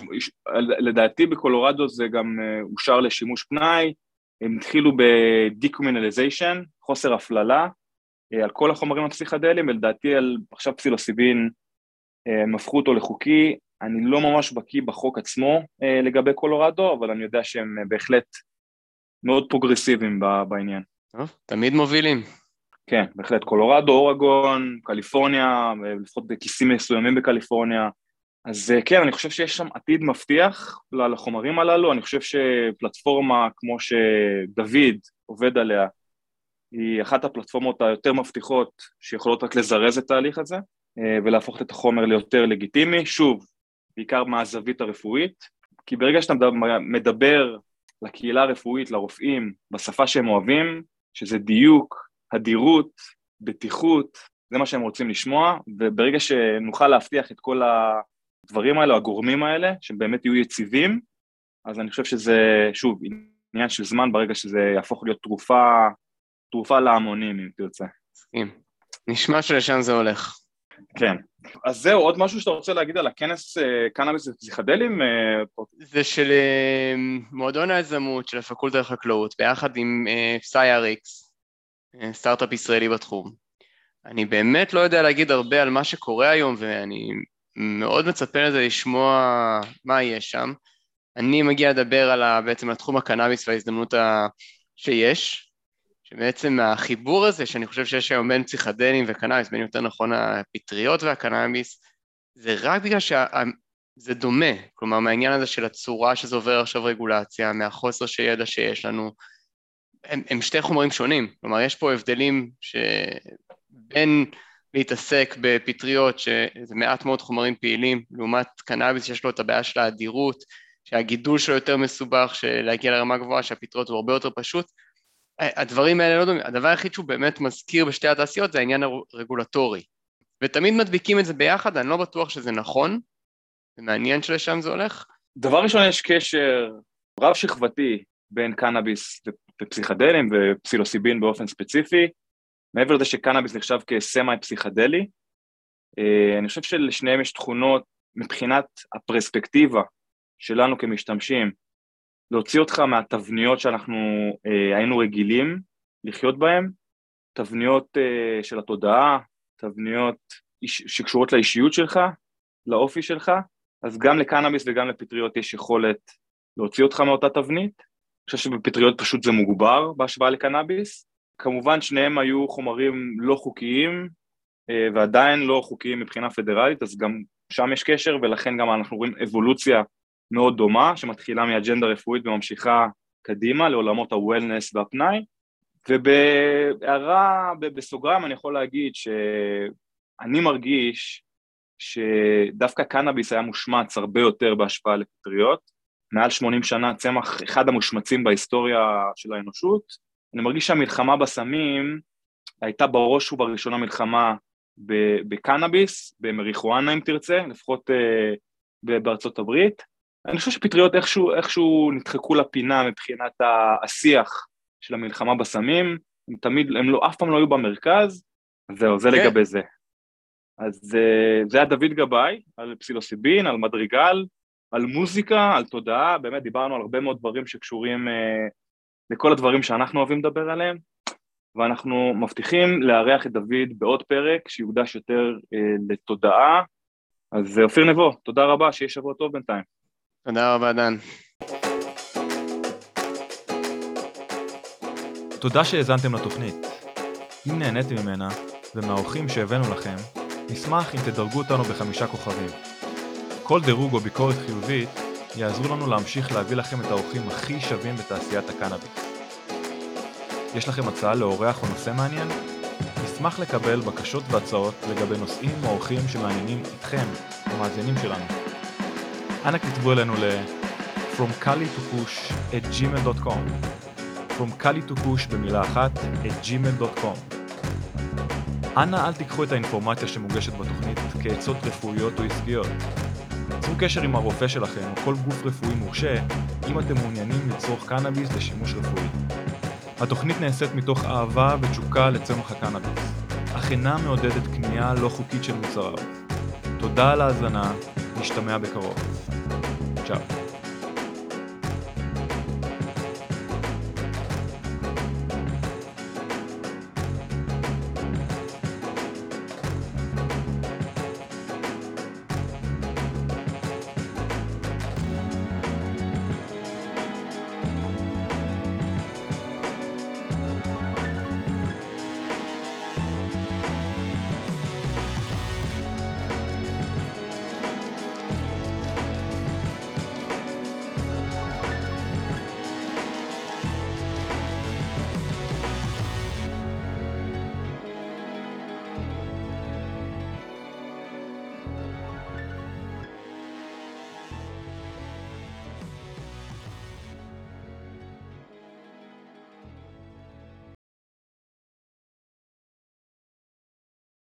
לדעתי בקולורדו זה גם אושר לשימוש פנאי, הם התחילו ב-decriminalization, חוסר הפללה, על כל החומרים הפסיכדליים, ולדעתי עכשיו פסילוסיבין, הם הפכו אותו לחוקי, אני לא ממש בקיא בחוק עצמו לגבי קולורדו, אבל אני יודע שהם בהחלט מאוד פרוגרסיביים בעניין. טוב, תמיד מובילים. כן, בהחלט, קולורדו, אורגון, קליפורניה, לפחות בכיסים מסוימים בקליפורניה, אז כן, אני חושב שיש שם עתיד מבטיח לחומרים הללו, אני חושב שפלטפורמה כמו שדוד עובד עליה, היא אחת הפלטפורמות היותר מבטיחות שיכולות רק לזרז את התהליך הזה, ולהפוך את החומר ליותר לגיטימי, שוב, בעיקר מהזווית הרפואית, כי ברגע שאתה מדבר לקהילה הרפואית, לרופאים, בשפה שהם אוהבים, שזה דיוק, הדירות, בטיחות, זה מה שהם רוצים לשמוע, וברגע שנוכל להבטיח את כל הדברים האלה, הגורמים האלה, שהם באמת יהיו יציבים, אז אני חושב שזה, שוב, עניין של זמן, ברגע שזה יהפוך להיות תרופה להמונים, אם תרצה. נשמע שלשם זה הולך. כן. אז זהו, עוד משהו שאתה רוצה להגיד על הכנס קנאביס ופסיכדלים? זה של מועדון היזמות של הפקולטה לחקלאות, ביחד עם פסאי-RX, סטארט-אפ ישראלי בתחום. אני באמת לא יודע להגיד הרבה על מה שקורה היום, ואני מאוד מצפה לזה לשמוע מה יהיה שם. אני מגיע לדבר בעצם על תחום הקנאביס וההזדמנות שיש, שבעצם החיבור הזה, שאני חושב שיש היום בין פסיכדלים וקנאביס, בין יותר נכון הפטריות והקנאביס, זה רק בגלל שזה דומה, כלומר מהעניין הזה של הצורה שזה עובר עכשיו רגולציה, מהחוסר שידע שיש לנו, הם שתי חומרים שונים, כלומר יש פה הבדלים שבין להתעסק בפטריות, שזה מעט מאוד חומרים פעילים, לעומת קנאביס שיש לו את הבעיה של האדירות, שהגידול שלו יותר מסובך, שלהגיע לרמה גבוהה, שהפטריות הוא הרבה יותר פשוט, הדברים האלה לא דומים, הדבר היחיד שהוא באמת מזכיר בשתי התעשיות זה העניין הרגולטורי, ותמיד מדביקים את זה ביחד, אני לא בטוח שזה נכון, זה מעניין שלשם זה הולך. דבר ראשון יש קשר רב שכבתי בין קנאביס ופסיכדלים ופסילוסיבין באופן ספציפי, מעבר לזה שקנאביס נחשב כסמי פסיכדלי, אני חושב שלשניהם יש תכונות מבחינת הפרספקטיבה שלנו כמשתמשים, להוציא אותך מהתבניות שאנחנו היינו רגילים לחיות בהן, תבניות של התודעה, תבניות שקשורות לאישיות שלך, לאופי שלך, אז גם לקנאביס וגם לפטריות יש יכולת להוציא אותך מאותה תבנית, אני חושב שבפטריות פשוט זה מוגבר בהשוואה לקנאביס, כמובן שניהם היו חומרים לא חוקיים, ועדיין לא חוקיים מבחינה פדרלית, אז גם שם יש קשר, ולכן גם אנחנו רואים אבולוציה מאוד דומה, שמתחילה מאג'נדה רפואית וממשיכה קדימה לעולמות הוולנס והפנאי, ובהערה בסוגריים אני יכול להגיד אני מרגיש שדווקא קנאביס היה מושמץ הרבה יותר בהשפעה לפטריות, מעל 80 שנה צמח אחד המושמצים בהיסטוריה של האנושות, אני מרגיש שהמלחמה בסמים הייתה בראש ובראשונה מלחמה בקנאביס, במריחואנה אם תרצה, לפחות בארצות הברית, אני חושב שפטריות איכשהו נדחקו לפינה מבחינת השיח של המלחמה בסמים, הם אף פעם לא היו במרכז, זהו, זה לגבי זה. אז זה היה דוד גבאי, על פסילוסיבין, על מדריגל, על מוזיקה, על תודעה, באמת דיברנו על הרבה מאוד דברים שקשורים לכל הדברים שאנחנו אוהבים לדבר עליהם, ואנחנו מבטיחים לארח את דוד בעוד פרק שיוקדש יותר לתודעה, אז אופיר נבו, תודה רבה, שיהיה שבוע טוב בינתיים. תודה רבה דן. תודה שהאזנתם לתוכנית. אם נהניתם ממנה ומהאורחים שהבאנו לכם, נשמח אם תדרגו אותנו ב5 כוכבים. כל דירוג או ביקורת חיובית יעזרו לנו להמשיך להביא לכם את האורחים הכי שווים בתעשיית הקנאביס. יש לכם הצעה לאורח או נושא מעניין? נשמח לקבל בקשות והצעות לגבי נושאים או אורחים שמעניינים אתכם, המאזינים שלנו. אנא כתבו אלינו fromcali2push@gmail.com fromcali2push@gmail.com. אנא אל תיקחו את האינפורמציה שמוגשת בתוכנית כעצות רפואיות או עסקיות. צרו קשר עם הרופא שלכם או כל גוף רפואי מורשה אם אתם מעוניינים לצרוך קנאביס לשימוש רפואי. התוכנית נעשית מתוך אהבה ותשוקה לצמח הקנאביס, אך אינה מעודדת קנייה לא חוקית של מוצריו. תודה על ההאזנה, נשתמע בקרוב. צ'או.